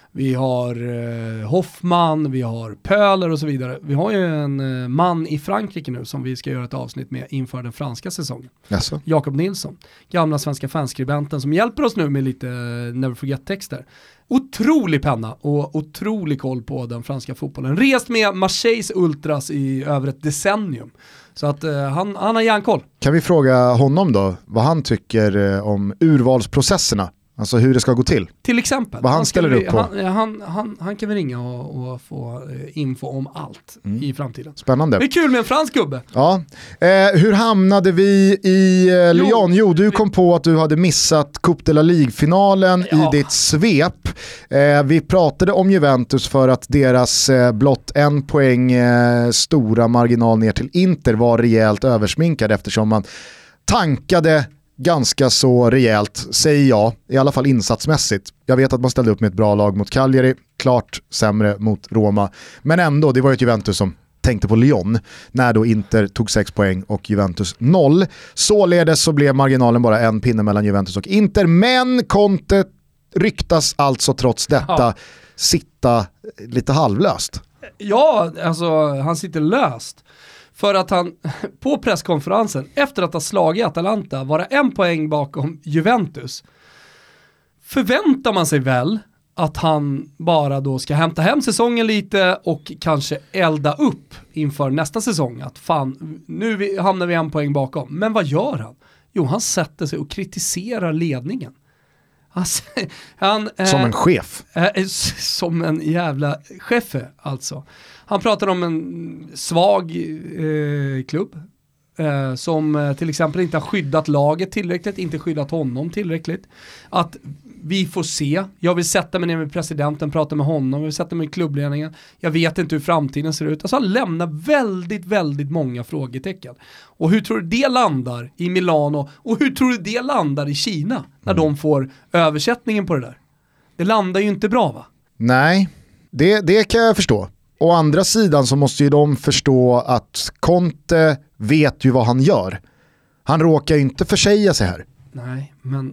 Speaker 2: vi har eh, Hoffman, vi har Pöler och så vidare. Vi har ju en eh, man i Frankrike nu som vi ska göra ett avsnitt med inför den franska säsongen.
Speaker 1: Jaså?
Speaker 2: Jakob Nilsson, gamla svenska fanskribenten som hjälper oss nu med lite eh, Never Forget-texter. Otrolig penna och otrolig koll på den franska fotbollen. Rest med Marseilles Ultras i över ett decennium. Så att uh, han, han har järnkoll.
Speaker 1: Kan vi fråga honom då vad han tycker uh, om urvalsprocesserna? Alltså hur det ska gå till.
Speaker 2: Till exempel.
Speaker 1: Vad han, han ställer upp på.
Speaker 2: Han, han, han, han kan väl ringa och, och få info om allt mm. i framtiden.
Speaker 1: Spännande.
Speaker 2: Det är kul med en fransk gubbe.
Speaker 1: Ja. Eh, hur hamnade vi i eh, Lyon? Jo, du kom på att du hade missat Coupe de la Ligue-finalen ja. i ditt svep. Eh, vi pratade om Juventus för att deras eh, blott en poäng eh, stora marginal ner till Inter var rejält översminkad eftersom man tankade ganska så rejält, säger jag, i alla fall insatsmässigt. Jag vet att man ställde upp med ett bra lag mot Cagliari, klart sämre mot Roma. Men ändå, det var ju ett Juventus som tänkte på Lyon när då Inter tog sex poäng och Juventus noll. Således så blev marginalen bara en pinne mellan Juventus och Inter, men Conte ryktas alltså trots detta ja. sitta lite halvlöst.
Speaker 2: Ja, alltså han sitter löst. För att han på presskonferensen efter att ha slagit Atalanta vara en poäng bakom Juventus, förväntar man sig väl att han bara då ska hämta hem säsongen lite och kanske elda upp inför nästa säsong. Att fan, nu hamnar vi en poäng bakom. Men vad gör han? Jo, han sätter sig och kritiserar ledningen. Alltså, han,
Speaker 1: som en chef.
Speaker 2: Eh, som en jävla chefe alltså. Han pratar om en svag eh, klubb eh, som eh, till exempel inte har skyddat laget tillräckligt, inte skyddat honom tillräckligt. Att vi får se. Jag vill sätta mig ner med presidenten, prata med honom, jag vill sätta mig med klubbledningen. Jag vet inte hur framtiden ser ut. Alltså han lämnar väldigt, väldigt många frågetecken. Och hur tror du det landar i Milano? Och hur tror du det landar i Kina när mm. de får översättningen på det där? Det landar ju inte bra, va?
Speaker 1: Nej, det, det kan jag förstå. Å andra sidan så måste ju de förstå att Conte vet ju vad han gör. Han råkar ju inte försäga sig här.
Speaker 2: Nej, men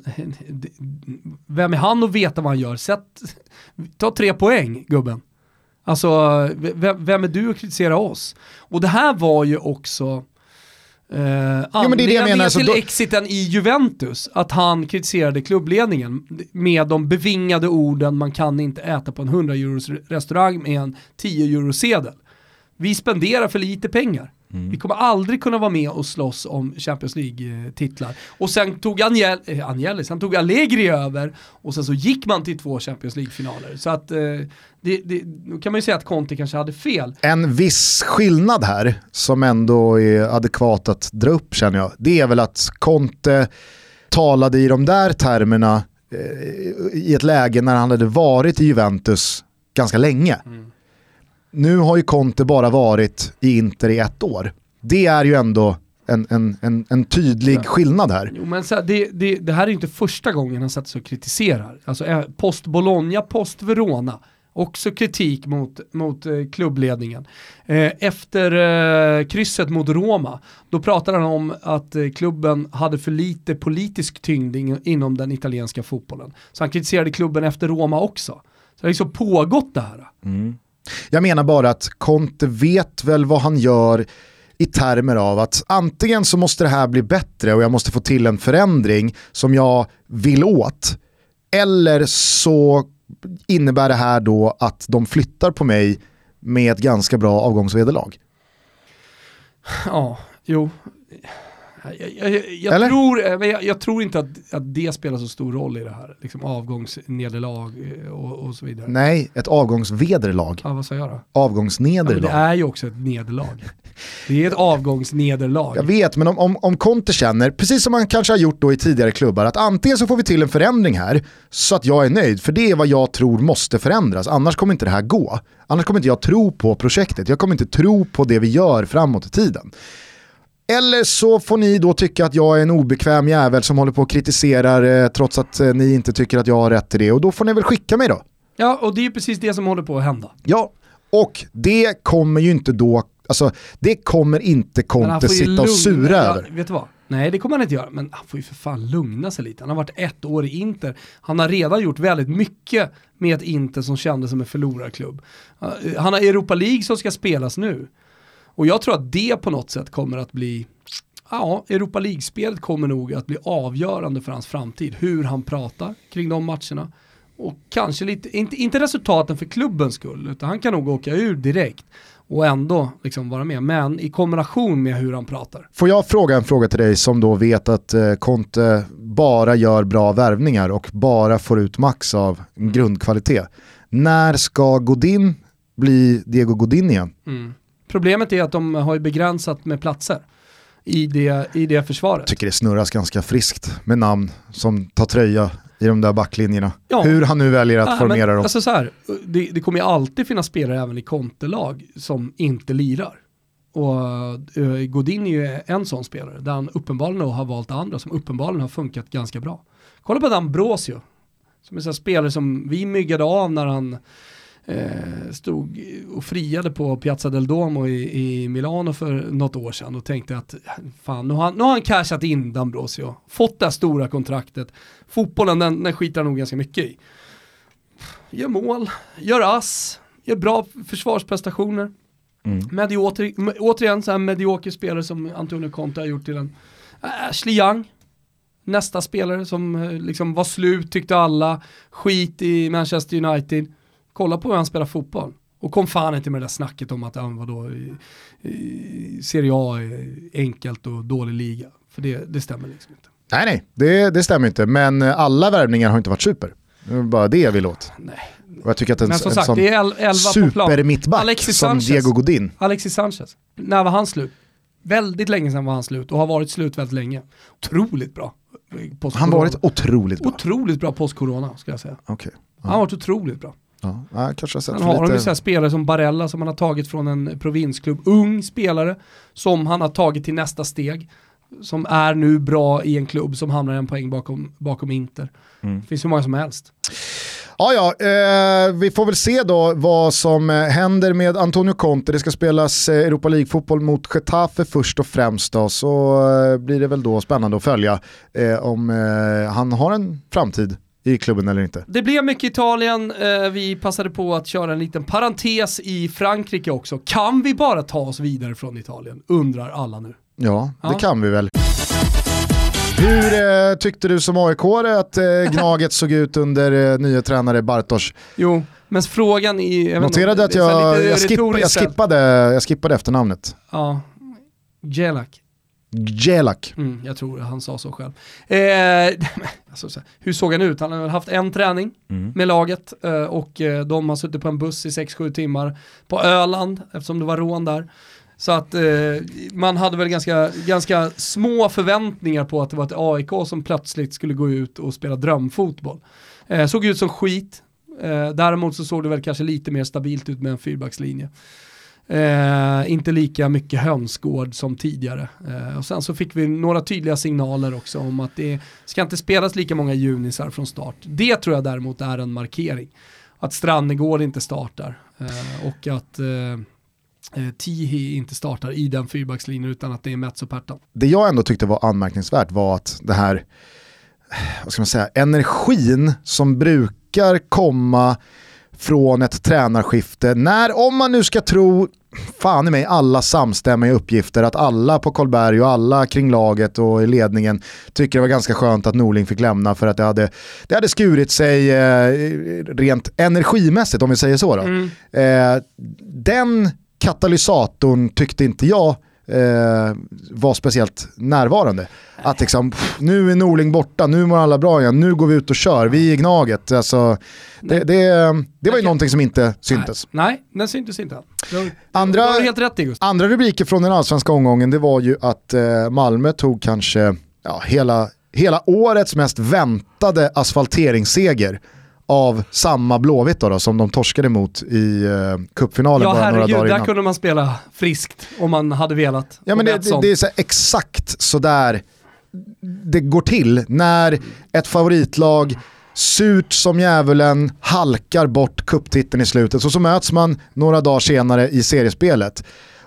Speaker 2: vem är han att veta vad han gör? Sätt, ta tre poäng, gubben. Alltså, vem, vem är du att kritisera oss? Och det här var ju också eh, anledningen till då... exiten i Juventus. Att han kritiserade klubbledningen med de bevingade orden: man kan inte äta på en hundra euros restaurang med en tio euro sedel. Vi spenderar för lite pengar. Mm. Vi kommer aldrig kunna vara med och slåss om Champions League-titlar. Och sen tog Angel, eh, Angelis, han tog Allegri över och sen så gick man till två Champions League-finaler. Så att eh, det, det, då kan man ju säga att Conte kanske hade fel.
Speaker 1: En viss skillnad här som ändå är adekvat att dra upp, känner jag. Det är väl att Conte talade i de där termerna eh, i ett läge när han hade varit i Juventus ganska länge. Mm. Nu har ju Conte bara varit i Inter i ett år. Det är ju ändå en, en, en, en tydlig ja. skillnad här.
Speaker 2: Jo, men så, det, det, det här är ju inte första gången han sätter sig och kritiserar. Alltså post Bologna, post Verona. Också kritik mot, mot eh, klubbledningen. Eh, efter eh, krysset mot Roma, då pratade han om att eh, klubben hade för lite politisk tyngd in, inom den italienska fotbollen. Så han kritiserade klubben efter Roma också. Så det har liksom pågått det här.
Speaker 1: Mm. Jag menar bara att Conte vet väl vad han gör i termer av att antingen så måste det här bli bättre och jag måste få till en förändring som jag vill åt, eller så innebär det här då att de flyttar på mig med ett ganska bra avgångsvederlag.
Speaker 2: Ja, jo. Jag, jag, jag, tror, jag, jag tror inte att, att det spelar så stor roll i det här. Liksom avgångsnederlag och, och så vidare.
Speaker 1: Nej, ett avgångsvederlag.
Speaker 2: Ja, vad sa jag då?
Speaker 1: Avgångsnederlag.
Speaker 2: Ja, det är ju också ett nederlag. Det är ett avgångsnederlag.
Speaker 1: Jag vet, men om, om, om Conte känner, precis som man kanske har gjort då i tidigare klubbar, att antingen så får vi till en förändring här så att jag är nöjd, för det är vad jag tror måste förändras. Annars kommer inte det här gå. Annars kommer inte jag tro på projektet. Jag kommer inte tro på det vi gör framåt i tiden. Eller så får ni då tycka att jag är en obekväm jävel som håller på och kritiserar eh, trots att eh, ni inte tycker att jag har rätt till det. Och då får ni väl skicka mig då.
Speaker 2: Ja, och det är ju precis det som håller på att hända.
Speaker 1: Ja, och det kommer ju inte då, alltså det kommer inte Conte sitta och sura
Speaker 2: ja,
Speaker 1: över.
Speaker 2: Vet du vad? Nej, det kommer han inte göra, men han får ju för fan lugna sig lite. Han har varit ett år i Inter. Han har redan gjort väldigt mycket med ett Inter som kändes som en förlorarklubb. Han har Europa League som ska spelas nu. Och jag tror att det på något sätt kommer att bli, ja, Europa League-spelet kommer nog att bli avgörande för hans framtid. Hur han pratar kring de matcherna. Och kanske lite, inte, inte resultaten för klubbens skull, utan han kan nog åka ur direkt och ändå liksom vara med, men i kombination med hur han pratar.
Speaker 1: Får jag fråga en fråga till dig som då vet att eh, Conte bara gör bra värvningar och bara får ut max av mm. grundkvalitet. När ska Godin bli Diego Godin igen?
Speaker 2: Mm. Problemet är att de har ju begränsat med platser i det, i det försvaret.
Speaker 1: Jag tycker det snurras ganska friskt med namn som tar tröja i de där backlinjerna. Ja. Hur han nu väljer att ja, formera men, dem.
Speaker 2: Alltså så här, det, det kommer ju alltid finnas spelare även i Conte-lag som inte lirar. Och uh, Godin är ju en sån spelare där han uppenbarligen har valt andra som uppenbarligen har funkat ganska bra. Kolla på D'Ambrosio som är så här spelare som vi myggade av när han eh, stod och friade på Piazza del Duomo i, i Milano för något år sedan och tänkte att fan, nu har han, nu har han cashat in D'Ambrosio, fått det här stora kontraktet. Fotbollen, den, den skitar nog ganska mycket i. Gör mål, gör ass, gör bra försvarsprestationer. Mm. Medioker, återigen så här medioker spelare som Antonio Conte har gjort till en Ashley Young. Nästa spelare som liksom var slut, tyckte alla, skit i Manchester United. Kolla på hur han spelar fotboll. Och kom fan inte med det där snacket om att han var då i, i Serie A enkelt och dålig liga. För det, det stämmer liksom inte.
Speaker 1: Nej, nej, det, det stämmer inte. Men alla värvningar har inte varit super. Det är bara det jag vill åt.
Speaker 2: Nej.
Speaker 1: Och jag tycker att en,
Speaker 2: men som
Speaker 1: en
Speaker 2: sagt,
Speaker 1: sån
Speaker 2: det är elva
Speaker 1: super mittback som Diego Godin.
Speaker 2: Alexis Sanchez. När var han slut? Väldigt länge sedan var han slut och har varit slut väldigt länge. Otroligt bra.
Speaker 1: Han har varit otroligt bra.
Speaker 2: Otroligt bra post-corona ska jag säga.
Speaker 1: Okay. Ja.
Speaker 2: Han har varit otroligt bra.
Speaker 1: Ja, ja, kanske har sett
Speaker 2: han
Speaker 1: för
Speaker 2: har
Speaker 1: lite...
Speaker 2: de så här spelare som Barella som han har tagit från en provinsklubb. Ung spelare som han har tagit till nästa steg. Som är nu bra i en klubb som hamnar en poäng bakom, bakom Inter. Mm. Det finns hur många som helst.
Speaker 1: Ja, ja, eh, vi får väl se då vad som händer med Antonio Conte. Det ska spelas Europa League-fotboll mot Getafe först och främst då, så eh, blir det väl då spännande att följa eh, om eh, han har en framtid i klubben eller inte.
Speaker 2: Det blev mycket Italien. Eh, vi passade på att köra en liten parentes i Frankrike också. Kan vi bara ta oss vidare från Italien? Undrar alla nu.
Speaker 1: Ja, det ja. kan vi väl. Hur eh, tyckte du som A I K att eh, Gnaget såg ut under eh, nya tränare Bartosz?
Speaker 2: Jo, men frågan är... Jag
Speaker 1: noterade att jag, jag, skip, jag, skippade, jag skippade efternamnet.
Speaker 2: Ja, Gelak.
Speaker 1: Gelak.
Speaker 2: Mm, jag tror han sa så själv. Eh, alltså, så här, hur såg han ut? Han har haft en träning mm. med laget eh, och eh, de har suttit på en buss i sex sju timmar på Öland eftersom det var rån där. Så att eh, man hade väl ganska, ganska små förväntningar på att det var ett A I K som plötsligt skulle gå ut och spela drömfotboll. Eh, såg ut som skit. Eh, däremot så såg det väl kanske lite mer stabilt ut med en fyrbackslinje. Eh, inte lika mycket hönsgård som tidigare. Eh, och sen så fick vi några tydliga signaler också om att det ska inte spelas lika många junisar från start. Det tror jag däremot är en markering. Att Strannegård inte startar. Eh, och att... Eh, Tihi inte startar i den fyrbackslinjen utan att det är Mets och Pertan.
Speaker 1: Det jag ändå tyckte var anmärkningsvärt var att det här, vad ska man säga, energin som brukar komma från ett tränarskifte, när, om man nu ska tro fan i mig alla samstämmiga uppgifter, att alla på Kolberg och alla kring laget och i ledningen tycker det var ganska skönt att Norling fick lämna för att det hade, det hade skurit sig eh, rent energimässigt, om vi säger så då. Mm. Eh, den katalysatorn tyckte inte jag eh, var speciellt närvarande. Nej. Att liksom, nu är Norling borta, nu mår alla bra igen, nu går vi ut och kör, vi är i Gnaget. Alltså, det, det, det var ju någonting som inte syntes.
Speaker 2: Nej, Nej den syntes inte. Du har,
Speaker 1: andra,
Speaker 2: du har helt rätt, Just.
Speaker 1: Andra rubriker från den allsvenska omgången, det var ju att eh, Malmö tog kanske ja, hela, hela årets mest väntade asfalteringsseger av samma Blåvitt då, då som de torskade mot i uh, cupfinalen
Speaker 2: ja,
Speaker 1: bara
Speaker 2: herregud,
Speaker 1: några dagar innan.
Speaker 2: Där kunde man spela friskt om man hade velat.
Speaker 1: Ja, men det, det, det är så exakt så där det går till när ett favoritlag surt som djävulen halkar bort cuptiteln i slutet, så så möts man några dagar senare i seriespelet.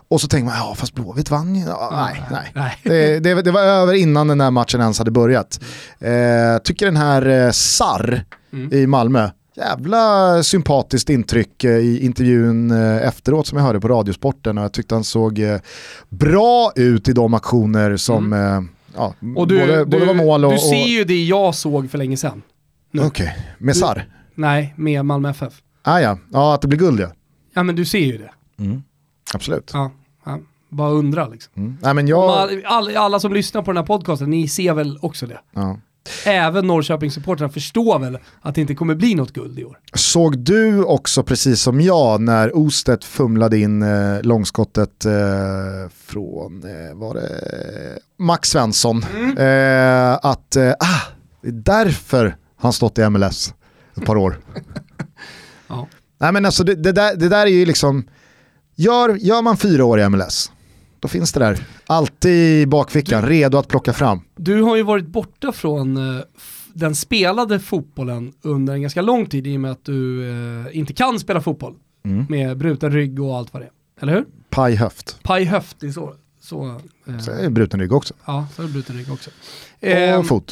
Speaker 1: Och så tänker man, ja fast Blåvitt vann ju. Ja, nej, nej.
Speaker 2: nej.
Speaker 1: Det, det, det var över innan den här matchen ens hade börjat. Eh, tycker den här eh, Sarr mm. i Malmö, jävla sympatiskt intryck eh, i intervjun eh, efteråt som jag hörde på Radiosporten, och jag tyckte han såg eh, bra ut i de aktioner som mm. eh, ja,
Speaker 2: och du,
Speaker 1: både,
Speaker 2: du,
Speaker 1: både var mål och...
Speaker 2: Du ser ju det jag såg för länge sedan.
Speaker 1: Okej, okay. Med
Speaker 2: du,
Speaker 1: Sarr?
Speaker 2: Nej, med Malmö F F.
Speaker 1: Ah, ja. ja, att det blir guld ja.
Speaker 2: Ja men du ser ju det.
Speaker 1: Mm. Absolut.
Speaker 2: Ja, ja, bara undra liksom.
Speaker 1: Mm. Nej, men jag...
Speaker 2: all, all, alla som lyssnar på den här podcasten, ni ser väl också det.
Speaker 1: Ja.
Speaker 2: Även Norrköpingssupportrarna förstår väl att det inte kommer bli något guld i år.
Speaker 1: Såg du också precis som jag när Ostedt fumlade in eh, långskottet eh, från, eh, var det Max Svensson, mm. eh, att eh, ah, det är därför han stått i M L S ett par år.
Speaker 2: Ja.
Speaker 1: Nej men alltså det, det, där, det där är ju liksom, gör, gör man fyra år i M L S, då finns det där alltid i bakfickan, du, redo att plocka fram.
Speaker 2: Du har ju varit borta från uh, f- den spelade fotbollen under en ganska lång tid i och med att du uh, inte kan spela fotboll mm. med bruten rygg och allt vad det är. Eller hur?
Speaker 1: Paj höft.
Speaker 2: Paj höft, det är så. Så, uh,
Speaker 1: så är det bruten rygg också.
Speaker 2: Ja, så är det bruten rygg också.
Speaker 1: Och um, fot.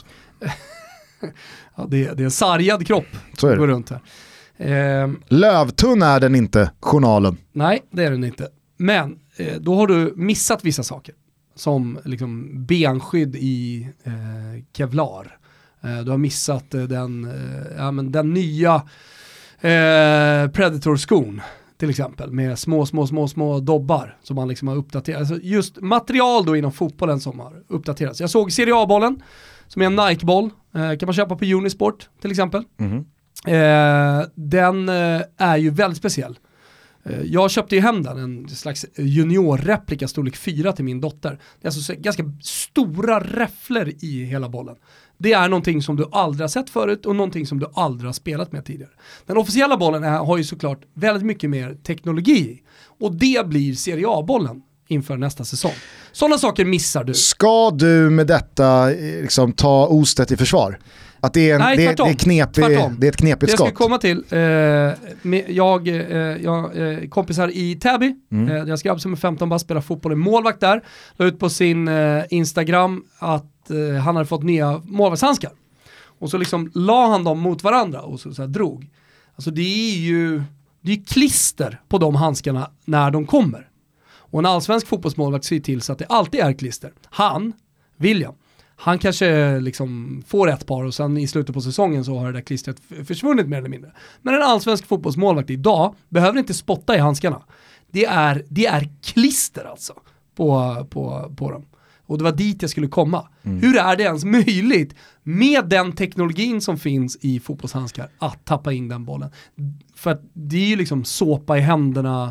Speaker 2: ja, det, är, det är en sargad kropp
Speaker 1: så är det.
Speaker 2: Går runt här. Um,
Speaker 1: Lövtunn är den inte, journalen.
Speaker 2: Nej, det är den inte. Men eh, då har du missat vissa saker. Som liksom benskydd i eh, kevlar. Eh, du har missat eh, den, eh, ja, men den nya eh, Predator-skon till exempel. Med små, små, små, små dobbar som man liksom har uppdaterat. Alltså just material då inom fotbollen som har uppdaterats. Jag såg Serie A-bollen som är en Nike-boll. Eh, kan man köpa på Unisport till exempel. Mm-hmm. Eh, den eh, är ju väldigt speciell. Eh, jag köpte ju hem den, en slags juniorreplika storlek fyra till min dotter. Det är alltså ganska stora räfflor i hela bollen. Det är någonting som du aldrig har sett förut och någonting som du aldrig har spelat med tidigare. Den officiella bollen är, har ju såklart väldigt mycket mer teknologi i. Och det blir Serie A-bollen inför nästa säsong. Sådana saker missar du. Ska
Speaker 1: du med detta liksom ta Ostedt i försvar? Att det är, en, Nej, det, det, är knepig, det är ett knepigt skott.
Speaker 2: Jag ska komma till. Eh, med, jag, eh, jag eh, kompisar i Täby. Mm. Eh, jag skrev som med femton bara spelar fotboll i målvakt där. La ut på sin eh, Instagram att eh, han hade fått nya målvaktshandskar. Och så liksom la han dem mot varandra och så, så här drog. Alltså det är ju det är klister på de handskarna när de kommer. Och en allsvensk fotbollsmålvakt ser till så att det alltid är klister. Han, William, han kanske liksom får ett par och sen i slutet på säsongen så har det där klistret försvunnit mer eller mindre. Men en allsvensk fotbollsmålvakt idag behöver inte spotta i handskarna. Det är, det är klister alltså på, på, på dem. Och det var dit jag skulle komma. Mm. Hur är det ens möjligt med den teknologin som finns i fotbollshandskar att tappa in den bollen? För att det är ju liksom såpa i händerna.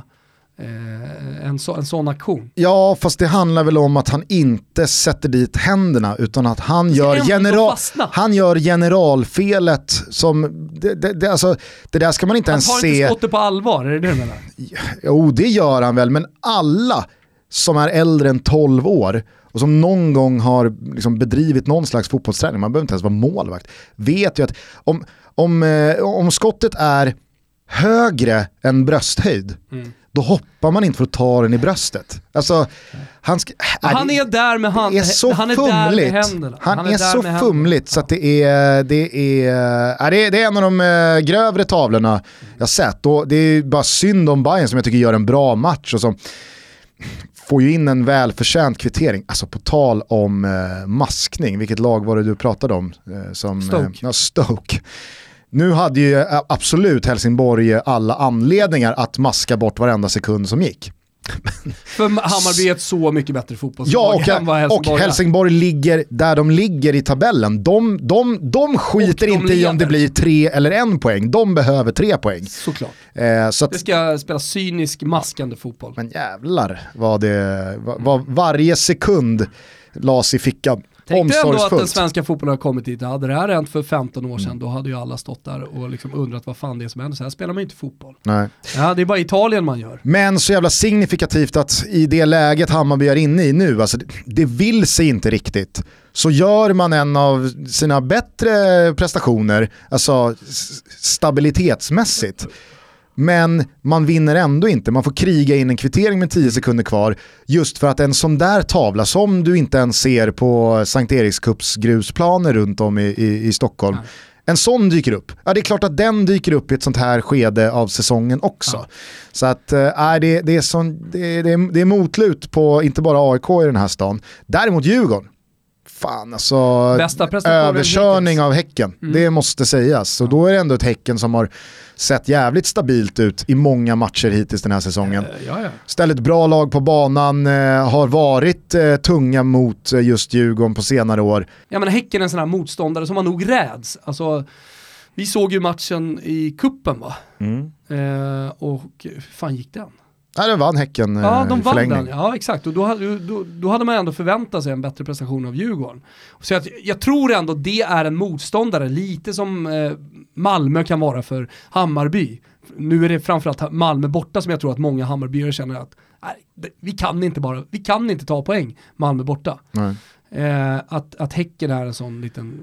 Speaker 2: Eh, en, så, en sån aktion.
Speaker 1: Ja, fast det handlar väl om att han inte sätter dit händerna utan att han gör, general, han gör generalfelet som det, det, det, alltså, det där ska man inte
Speaker 2: han
Speaker 1: ens se.
Speaker 2: Han tar inte skottet på allvar, är det det du menar?
Speaker 1: Jo, det gör han väl, men alla som är äldre än tolv år och som någon gång har liksom bedrivit någon slags fotbollsträning, man behöver inte ens vara målvakt, vet ju att om, om, eh, om skottet är högre än brösthöjd mm. då hoppar man inte för att ta den i bröstet. Alltså, han, ska,
Speaker 2: är han är där med, hand,
Speaker 1: är så
Speaker 2: han är
Speaker 1: fumligt.
Speaker 2: Där med händerna.
Speaker 1: Han, han är, är så fumligt
Speaker 2: händerna.
Speaker 1: Så att det är, det, är, är, det, är, det är en av de äh, grövre tavlorna jag sett. Och det är bara synd om Bayern som jag tycker gör en bra match och som får ju in en välförtjänt kvittering. Alltså på tal om äh, maskning. Vilket lag var det du pratade om? Äh, som,
Speaker 2: Stoke.
Speaker 1: Äh, ja, Stoke. Nu hade ju absolut Helsingborg alla anledningar att maska bort varenda sekund som gick.
Speaker 2: För Hammarby är ett så mycket bättre fotbollslag.
Speaker 1: Ja, och,
Speaker 2: än vad Helsingborg,
Speaker 1: och Helsingborg ligger där de ligger i tabellen. De, de, de skiter de inte leder. I om det blir tre eller en poäng. De behöver tre poäng.
Speaker 2: Såklart.
Speaker 1: Eh, så att,
Speaker 2: det ska spela cynisk, maskande fotboll.
Speaker 1: Men jävlar vad det vad, vad varje sekund las i fickan.
Speaker 2: Tänk dig ändå att den svenska fotbollen har kommit dit. Hade det här hänt för femton år sedan, mm. då hade ju alla stått där och liksom undrat vad fan det är som händer. Så här spelar man ju inte fotboll.
Speaker 1: Nej.
Speaker 2: Ja, det är bara Italien man gör.
Speaker 1: Men så jävla signifikativt att i det läget Hammarby är inne i nu, alltså det, det vill sig inte riktigt. Så gör man en av sina bättre prestationer, alltså stabilitetsmässigt. Men man vinner ändå inte. Man får kriga in en kvittering med tio sekunder kvar. Just för att en sån där tavla som du inte ens ser på Sankt Erikscups grusplaner runt om i, i, i Stockholm. Ja. En sån dyker upp. Ja, det är klart att den dyker upp i ett sånt här skede av säsongen också. Ja. Så att äh, det, det, är sån, det, det, är, det är motlut på inte bara A I K i den här stan. Däremot Djurgården. Fan, alltså överkörning av Häcken, mm. det måste sägas. Så ja. Då är det ändå ett Häcken som har sett jävligt stabilt ut i många matcher hittills den här säsongen.
Speaker 2: Uh, ja, ja.
Speaker 1: Stället bra lag på banan, eh, har varit eh, tunga mot eh, just Djurgården på senare år.
Speaker 2: Ja, men Häcken är en sån här motståndare som man nog räds. Alltså, vi såg ju matchen i kuppen va? Mm. Eh, och fan gick den?
Speaker 1: Nej, det vann Häcken
Speaker 2: ja, de
Speaker 1: i förlängning.
Speaker 2: Vann den. Ja, exakt. Och då hade, då, då hade man ändå förväntat sig en bättre prestation av Djurgården. Så jag, jag tror ändå det är en motståndare, lite som eh, Malmö kan vara för Hammarby. Nu är det framförallt Malmö borta som jag tror att många Hammarbyare känner att nej, vi kan inte bara, vi kan inte ta poäng Malmö borta. Nej. Eh, att, att Häcken är en sån liten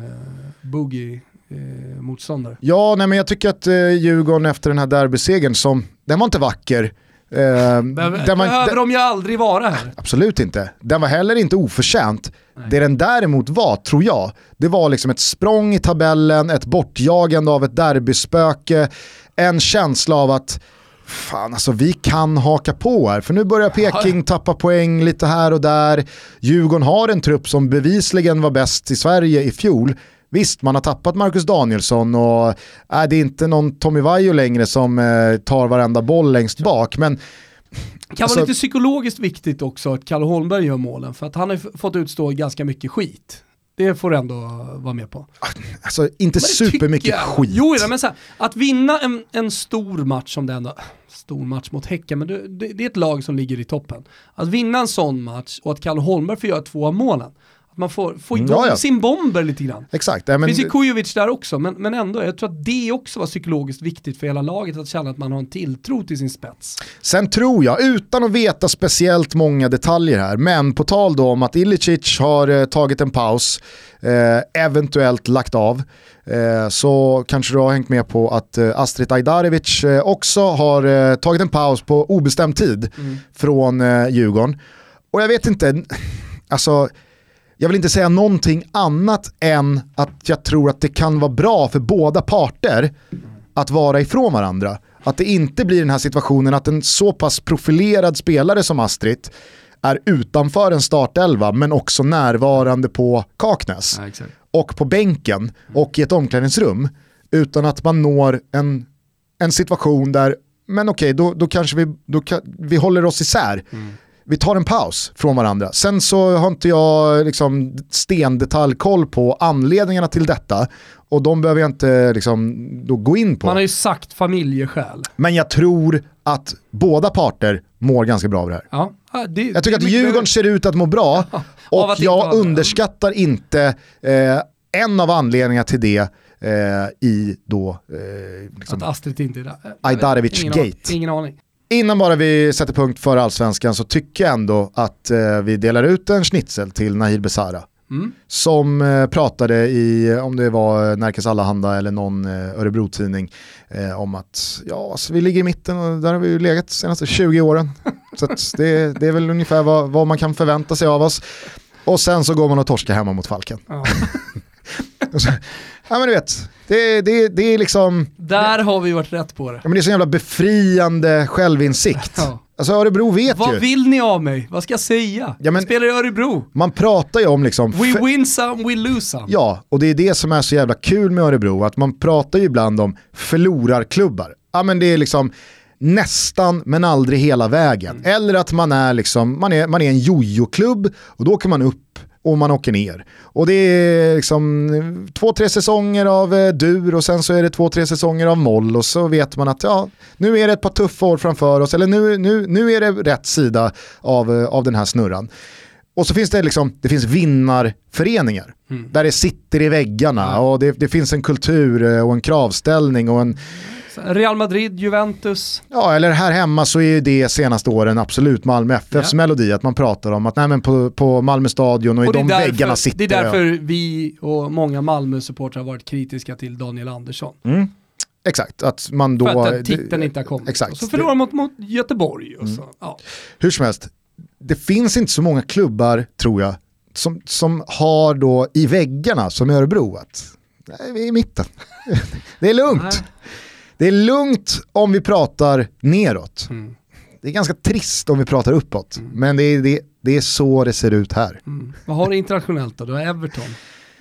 Speaker 2: eh, boogie eh, motståndare.
Speaker 1: Ja, nej, men jag tycker att eh, Djurgården efter den här derbysegern som, den var inte vacker. Uh,
Speaker 2: Behöver man, de ju aldrig vara här.
Speaker 1: Absolut inte. Den var heller inte oförtjänt. Nej. Det den däremot var, tror jag, det var liksom ett språng i tabellen, ett bortjagande av ett derbyspöke, en känsla av att fan, alltså vi kan haka på här. För nu börjar Peking tappa poäng lite här och där. Djurgården har en trupp som bevisligen var bäst i Sverige i fjol. Visst, man har tappat Marcus Danielsson och äh, det är inte någon Tommy Vaiho längre som eh, tar varenda boll längst bak. Men,
Speaker 2: det kan alltså, vara lite psykologiskt viktigt också att Kalle Holmberg gör målen för att han har f- fått utstå ganska mycket skit. Det får du ändå vara med på.
Speaker 1: Alltså inte supermycket skit.
Speaker 2: Jo, men så här, att vinna en, en stor match som det ändå, stor match mot Häcken, men det, det, det är ett lag som ligger i toppen. Att vinna en sån match och att Kalle Holmberg får göra två av målen. Att man får, får igång ja, ja. sin bomber lite grann.
Speaker 1: Exakt. Ja, men...
Speaker 2: Det finns ju Kujovic där också, men, men ändå, jag tror att det också var psykologiskt viktigt för hela laget att känna att man har en tilltro till sin spets.
Speaker 1: Sen tror jag, utan att veta speciellt många detaljer här, men på tal då om att Ilicic har eh, tagit en paus, eh, eventuellt lagt av, eh, så kanske du har hängt med på att eh, Astrit Ajdarevic eh, också har eh, tagit en paus på obestämd tid mm. från eh, Djurgården. Och jag vet inte, alltså... Jag vill inte säga någonting annat än att jag tror att det kan vara bra för båda parter att vara ifrån varandra. Att det inte blir den här situationen att en så pass profilerad spelare som Astrid är utanför en startelva men också närvarande på Kaknäs ja, och på bänken och i ett omklädningsrum, utan att man når en, en situation där, men okej, då, då kanske vi, då kan, vi håller oss isär. Mm. Vi tar en paus från varandra. Sen så har inte jag liksom stendetaljkoll på anledningarna till detta. Och de behöver jag inte liksom då gå in på.
Speaker 2: Man har ju sagt familjeskäl.
Speaker 1: Men jag tror att båda parter mår ganska bra av det här. Ja, det, jag tycker att Djurgården det... ser ut att må bra. Och jag underskattar inte eh, en av anledningarna till det eh, i då eh, liksom
Speaker 2: att Astrid inte är där.
Speaker 1: Ajdarevic
Speaker 2: ingen
Speaker 1: Gate.
Speaker 2: Aning, ingen aning.
Speaker 1: Innan bara vi sätter punkt för Allsvenskan så tycker jag ändå att eh, vi delar ut en schnitzel till Nahir Besara. Mm. Som eh, pratade i, om det var Närkes Allehanda eller någon eh, Örebro-tidning eh, om att ja, alltså, vi ligger i mitten och där har vi ju legat de senaste tjugo åren. Så att det, det är väl ungefär vad, vad man kan förvänta sig av oss. Och sen så går man och torskar hemma mot Falken. Ja. så, ja men du vet, det, det, det är liksom...
Speaker 2: Där har vi varit rätt på det.
Speaker 1: Ja, men det är så jävla befriande självinsikt. Ja. Alltså Örebro vet
Speaker 2: Vad
Speaker 1: ju.
Speaker 2: Vad vill ni av mig? Vad ska jag säga? Ja, men, jag spelar i Örebro.
Speaker 1: Man pratar ju om liksom...
Speaker 2: We win some, we lose some.
Speaker 1: Ja, och det är det som är så jävla kul med Örebro. Att man pratar ju ibland om förlorarklubbar. Ja men det är liksom... nästan men aldrig hela vägen. Mm. Eller att man är liksom, man är, man är en jojo-klubb och då kan man upp och man åker ner. Och det är liksom två, tre säsonger av eh, dur och sen så är det två, tre säsonger av moll och så vet man att ja, nu är det ett par tuffa år framför oss eller nu, nu, nu är det rätt sida av, av den här snurran. Och så finns det liksom, det finns vinnarföreningar mm. där det sitter i väggarna mm. och det, det finns en kultur och en kravställning och en
Speaker 2: Real Madrid, Juventus.
Speaker 1: Ja, eller här hemma så är det senaste åren absolut Malmö F F:s ja. melodi att man pratar om att nej, men på, på Malmö stadion och, och i de därför, väggarna sitter.
Speaker 2: Det är därför ja. vi och många Malmö-supportrar har varit kritiska till Daniel Andersson.
Speaker 1: Mm. Exakt, att man då...
Speaker 2: För att titeln inte har kommit.
Speaker 1: Exakt.
Speaker 2: Och så förlorar man mot, mot Göteborg. Och så. Mm. Ja.
Speaker 1: Hur som helst, det finns inte så många klubbar, tror jag, som, som har då i väggarna som i Örebro att nej, vi är i mitten. Det är lugnt. Nej. Det är lugnt om vi pratar neråt. Mm. Det är ganska trist om vi pratar uppåt. Mm. Men det är, det, det är så det ser ut här.
Speaker 2: Mm. Vad har du internationellt då? Du har Everton.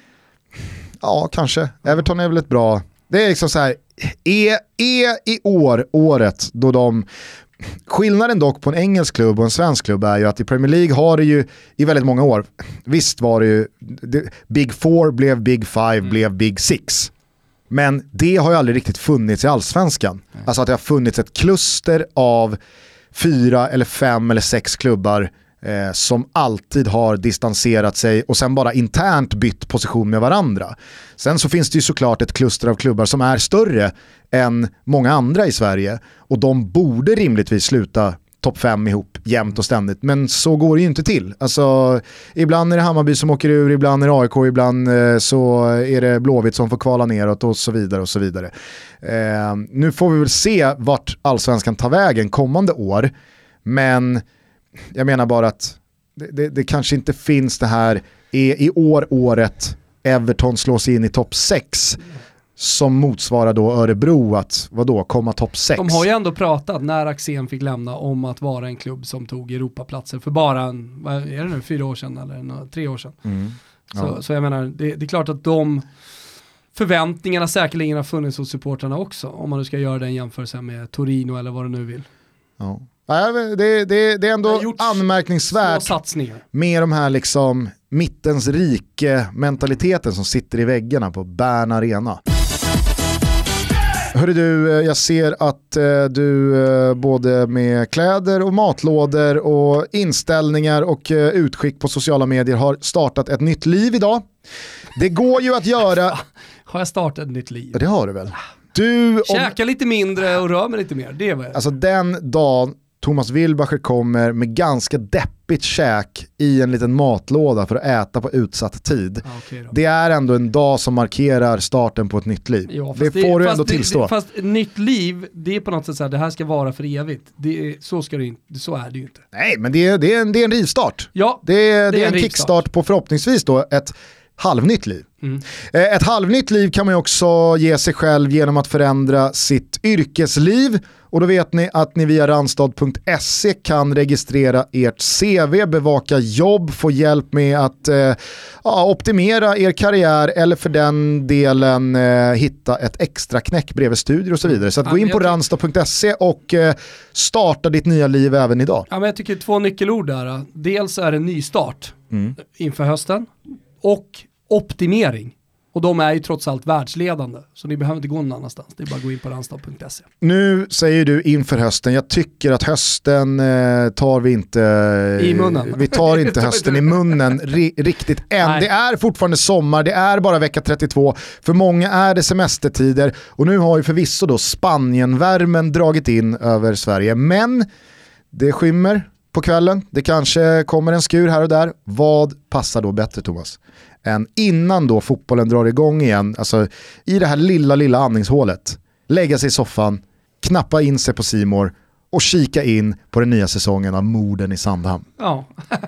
Speaker 1: Ja, kanske. Everton är väl ett bra... Det är liksom så här, är, är i år året då de... Skillnaden dock på en engelsk klubb och en svensk klubb är ju att i Premier League har det ju i väldigt många år, visst var det ju, det, Big Four blev Big Five, mm. blev Big Six. Men det har ju aldrig riktigt funnits i allsvenskan. Mm. Alltså att det har funnits ett kluster av fyra eller fem eller sex klubbar Eh, som alltid har distanserat sig och sen bara internt bytt position med varandra. Sen så finns det ju såklart ett kluster av klubbar som är större än många andra i Sverige och de borde rimligtvis sluta topp fem ihop jämt och ständigt, men så går det ju inte till. Alltså, ibland är det Hammarby som åker ur, ibland är det A I K, ibland eh, så är det Blåvitt som får kvala neråt och så vidare och så vidare. Eh, nu får vi väl se vart allsvenskan tar vägen kommande år, men jag menar bara att det, det, det kanske inte finns det här i, i år året Everton slås in i topp sex som motsvarar då Örebro att vadå, komma topp sex.
Speaker 2: De har ju ändå pratat när Axén fick lämna om att vara en klubb som tog Europaplatser för bara en, vad är det nu, fyra år sedan eller en, tre år sedan. Mm. Ja. Så, så jag menar, det, det är klart att de förväntningarna säkerligen har funnits hos supporterna också, om man nu ska göra den jämförelsen med Torino eller vad du nu vill.
Speaker 1: Ja. Det, det, det är ändå anmärkningsvärt med de här liksom mittens rike mentaliteten som sitter i väggarna på Bern Arena. Hörru du, jag ser att eh, du eh, både med kläder och matlådor och inställningar och eh, utskick på sociala medier har startat ett nytt liv idag. Det går ju att göra...
Speaker 2: Har jag startat ett nytt liv?
Speaker 1: Ja, det har du väl. Du om...
Speaker 2: Käka lite mindre och rör mig lite mer, det var jag.
Speaker 1: Alltså den dagen Thomas Wilbacher kommer med ganska deppigt käk i en liten matlåda för att äta på utsatt tid. Ah, okay det är ändå en dag som markerar starten på ett nytt liv. Ja, det får det, du ändå tillstå.
Speaker 2: Det, fast ett nytt liv, det är på något sätt så här, det här ska vara för evigt. Det är, så, ska det inte, så är det ju inte.
Speaker 1: Nej, men det är, det är, en, det är en rivstart.
Speaker 2: Ja,
Speaker 1: det är, det är, det är en, en kickstart på förhoppningsvis då ett halvnytt liv. Mm. Ett halvnytt liv kan man ju också ge sig själv genom att förändra sitt yrkesliv. Och då vet ni att ni via randstad punkt se kan registrera ert C V, bevaka jobb, få hjälp med att eh, ja, optimera er karriär eller för den delen eh, hitta ett extra knäck bredvid studier och så vidare. Så att ja, gå in på randstad punkt se och eh, starta ditt nya liv även idag.
Speaker 2: Ja, men jag tycker två nyckelord där. Dels är det nystart mm. inför hösten och optimering. Och de är ju trots allt världsledande. Så ni behöver inte gå någon annanstans. Det är bara att gå in på randstad punkt se.
Speaker 1: Nu säger du inför hösten. Jag tycker att hösten eh, tar vi inte...
Speaker 2: I munnen.
Speaker 1: Vi tar inte hösten i munnen ri- riktigt än. Nej. Det är fortfarande sommar. Det är bara vecka trettiotvå. För många är det semestertider. Och nu har ju förvisso då Spanien-värmen dragit in över Sverige. Men det skymmer på kvällen. Det kanske kommer en skur här och där. Vad passar då bättre, Thomas? Än innan då fotbollen drar igång igen, alltså i det här lilla lilla andningshålet, lägga sig i soffan, knappa in sig på C More och kika in på den nya säsongen av Morden i Sandhamn.
Speaker 2: Ja.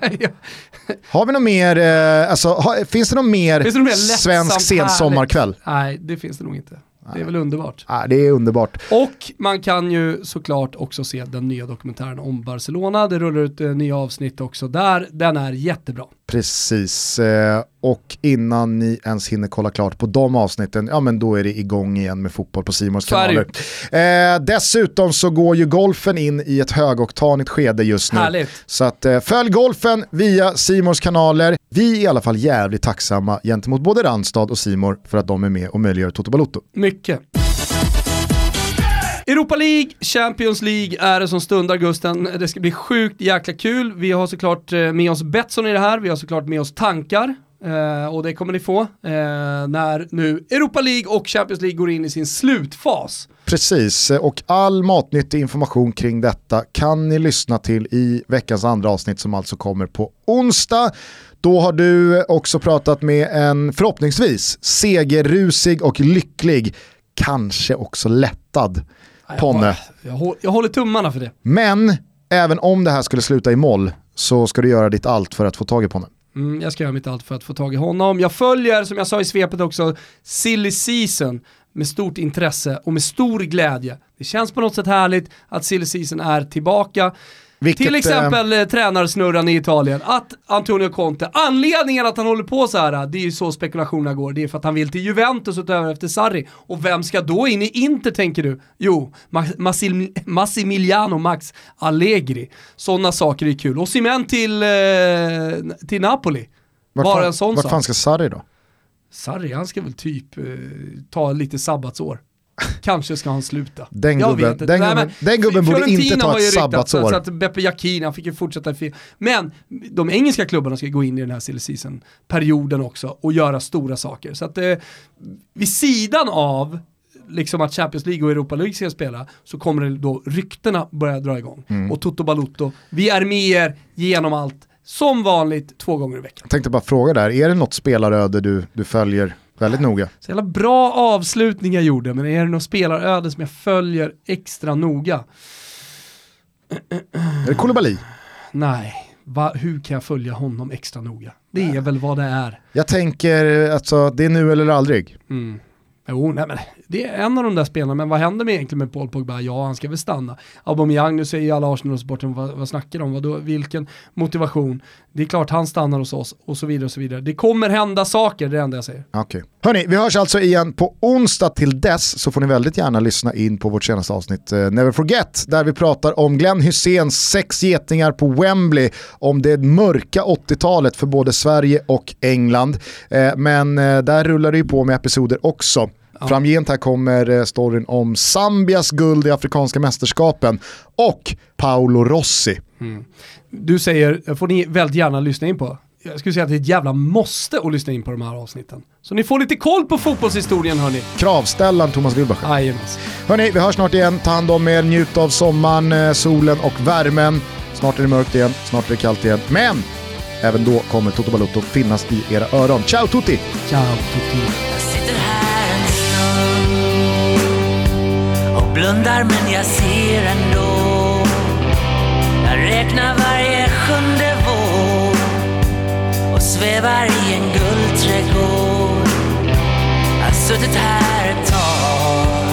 Speaker 1: Har vi något mer, eh, alltså, har, finns det något mer, det mer svensk sensommarkväll?
Speaker 2: Nej, det finns det nog inte. Det är väl underbart.
Speaker 1: Ja, det är underbart.
Speaker 2: Och man kan ju såklart också se den nya dokumentären om Barcelona. Det rullar ut eh, nya avsnitt också där. Den är jättebra.
Speaker 1: Precis. Eh, och innan ni ens hinner kolla klart på de avsnitten, ja men då är det igång igen med fotboll på C Mores kanaler. Eh, dessutom så går ju golfen in i ett högoktanigt skede just nu.
Speaker 2: Härligt.
Speaker 1: Så att eh, följ golfen via C Mores kanaler. Vi är i alla fall jävligt tacksamma gentemot både Randstad och C More för att de är med och möjliggör Toto Balotto.
Speaker 2: Mycket. Europa League, Champions League är det som stundar, Gusten. Det ska bli sjukt jäkla kul. Vi har såklart med oss Betsson i det här. Vi har såklart med oss tankar. Eh, och det kommer ni få eh, när nu Europa League och Champions League går in i sin slutfas.
Speaker 1: Precis, och all matnyttig information kring detta kan ni lyssna till i veckans andra avsnitt som alltså kommer på onsdag. Då har du också pratat med en förhoppningsvis segerrusig och lycklig kanske också lättad. Ponne.
Speaker 2: Jag, jag, jag håller tummarna för det.
Speaker 1: Men även om det här skulle sluta i moll så ska du göra ditt allt för att få tag i Ponne.
Speaker 2: Mm, jag ska göra mitt allt för att få tag i honom. Jag följer, som jag sa i svepet också, Silly Season med stort intresse och med stor glädje. Det känns på något sätt härligt att Silly Season är tillbaka. Vilket, till exempel äh... tränarsnurran i Italien, att Antonio Conte, anledningen att han håller på så här, det är ju så spekulationerna går, det är för att han vill till Juventus utöver efter Sarri. Och vem ska då in i Inter, tänker du? Jo, Massim- Massimiliano Max Allegri. Sådana saker är kul. Och Osimhen till, eh, till Napoli.
Speaker 1: Var
Speaker 2: Bara
Speaker 1: fan,
Speaker 2: en sån
Speaker 1: var
Speaker 2: sak.
Speaker 1: fan ska Sarri då?
Speaker 2: Sarri, han ska väl typ eh, ta lite sabbatsår. Kanske ska han sluta.
Speaker 1: Den
Speaker 2: jag
Speaker 1: gubben,
Speaker 2: vet inte.
Speaker 1: den
Speaker 2: Nej,
Speaker 1: gubben, den gubben borde inte ta ett sabbatsår.
Speaker 2: Så att Beppe Jacquin, han fick ju fortsätta i fel. Men de engelska klubbarna ska gå in i den här silly season-perioden också och göra stora saker. Så att eh, vid sidan av liksom att Champions League och Europa League ska spela, så kommer det då ryktena börja dra igång. Mm. Och Toto Balotto, vi är med er genom allt. Som vanligt, två gånger i veckan.
Speaker 1: Jag tänkte bara fråga där, är det något spelaröde du, du följer väldigt noga?
Speaker 2: Så jävla bra avslutning jag gjorde, men är det något spelaröde som jag följer extra noga?
Speaker 1: Är det Koulibaly?
Speaker 2: Nej, Va, hur kan jag följa honom extra noga? Det är väl vad det är.
Speaker 1: Jag tänker, alltså, det är nu eller aldrig.
Speaker 2: Mm. Jo, nej, men det är en av de där spelarna, men vad händer med egentligen med Paul Pogba? Ja, han ska väl stanna. Aubameyang, nu säger alla Arsenal-supporten, vad, vad snackar de om? Vad då, vilken motivation? Det är klart han stannar hos oss och så vidare och så vidare. Det kommer hända saker, det är det enda jag säger.
Speaker 1: Okej. Okay. Hörni, vi hörs alltså igen på onsdag. Till dess så får ni väldigt gärna lyssna in på vårt senaste avsnitt uh, Never Forget, där vi pratar om Glenn Hyséns sex getingar på Wembley, om det mörka åttiotalet för både Sverige och England. Uh, men uh, där rullar det ju på med episoder också. Ja. Framgent här kommer storyn om Zambias guld i afrikanska mästerskapen och Paolo Rossi.
Speaker 2: Mm. Du säger, får ni väldigt gärna lyssna in på. Jag skulle säga att det är ett jävla måste att lyssna in på de här avsnitten. Så ni får lite koll på fotbollshistorien, hörni.
Speaker 1: Kravställaren Thomas Wilbacher.
Speaker 2: Ajamans.
Speaker 1: Hörni, vi hörs snart igen. Ta hand om er, njut av sommaren, solen och värmen. Snart är det mörkt igen, snart är det kallt igen. Men även då kommer Toto Balotto finnas i era öron. Ciao tutti!
Speaker 2: Ciao tutti!
Speaker 3: Blundar men jag ser ändå. Jag räknar varje sjunde vår och svävar i en guldträdgård. Jag har suttit här ett tag.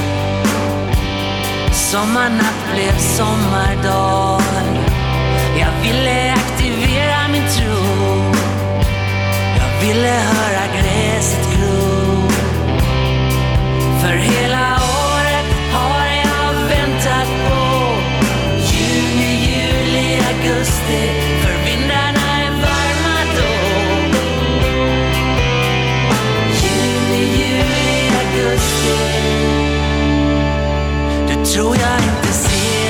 Speaker 3: Sommarnatt blev sommardag. Jag ville aktivera min tro. Jag ville höra gräset gro. För hela för vindarna är varma då. Juli, juli, augusti. Du tror jag inte ser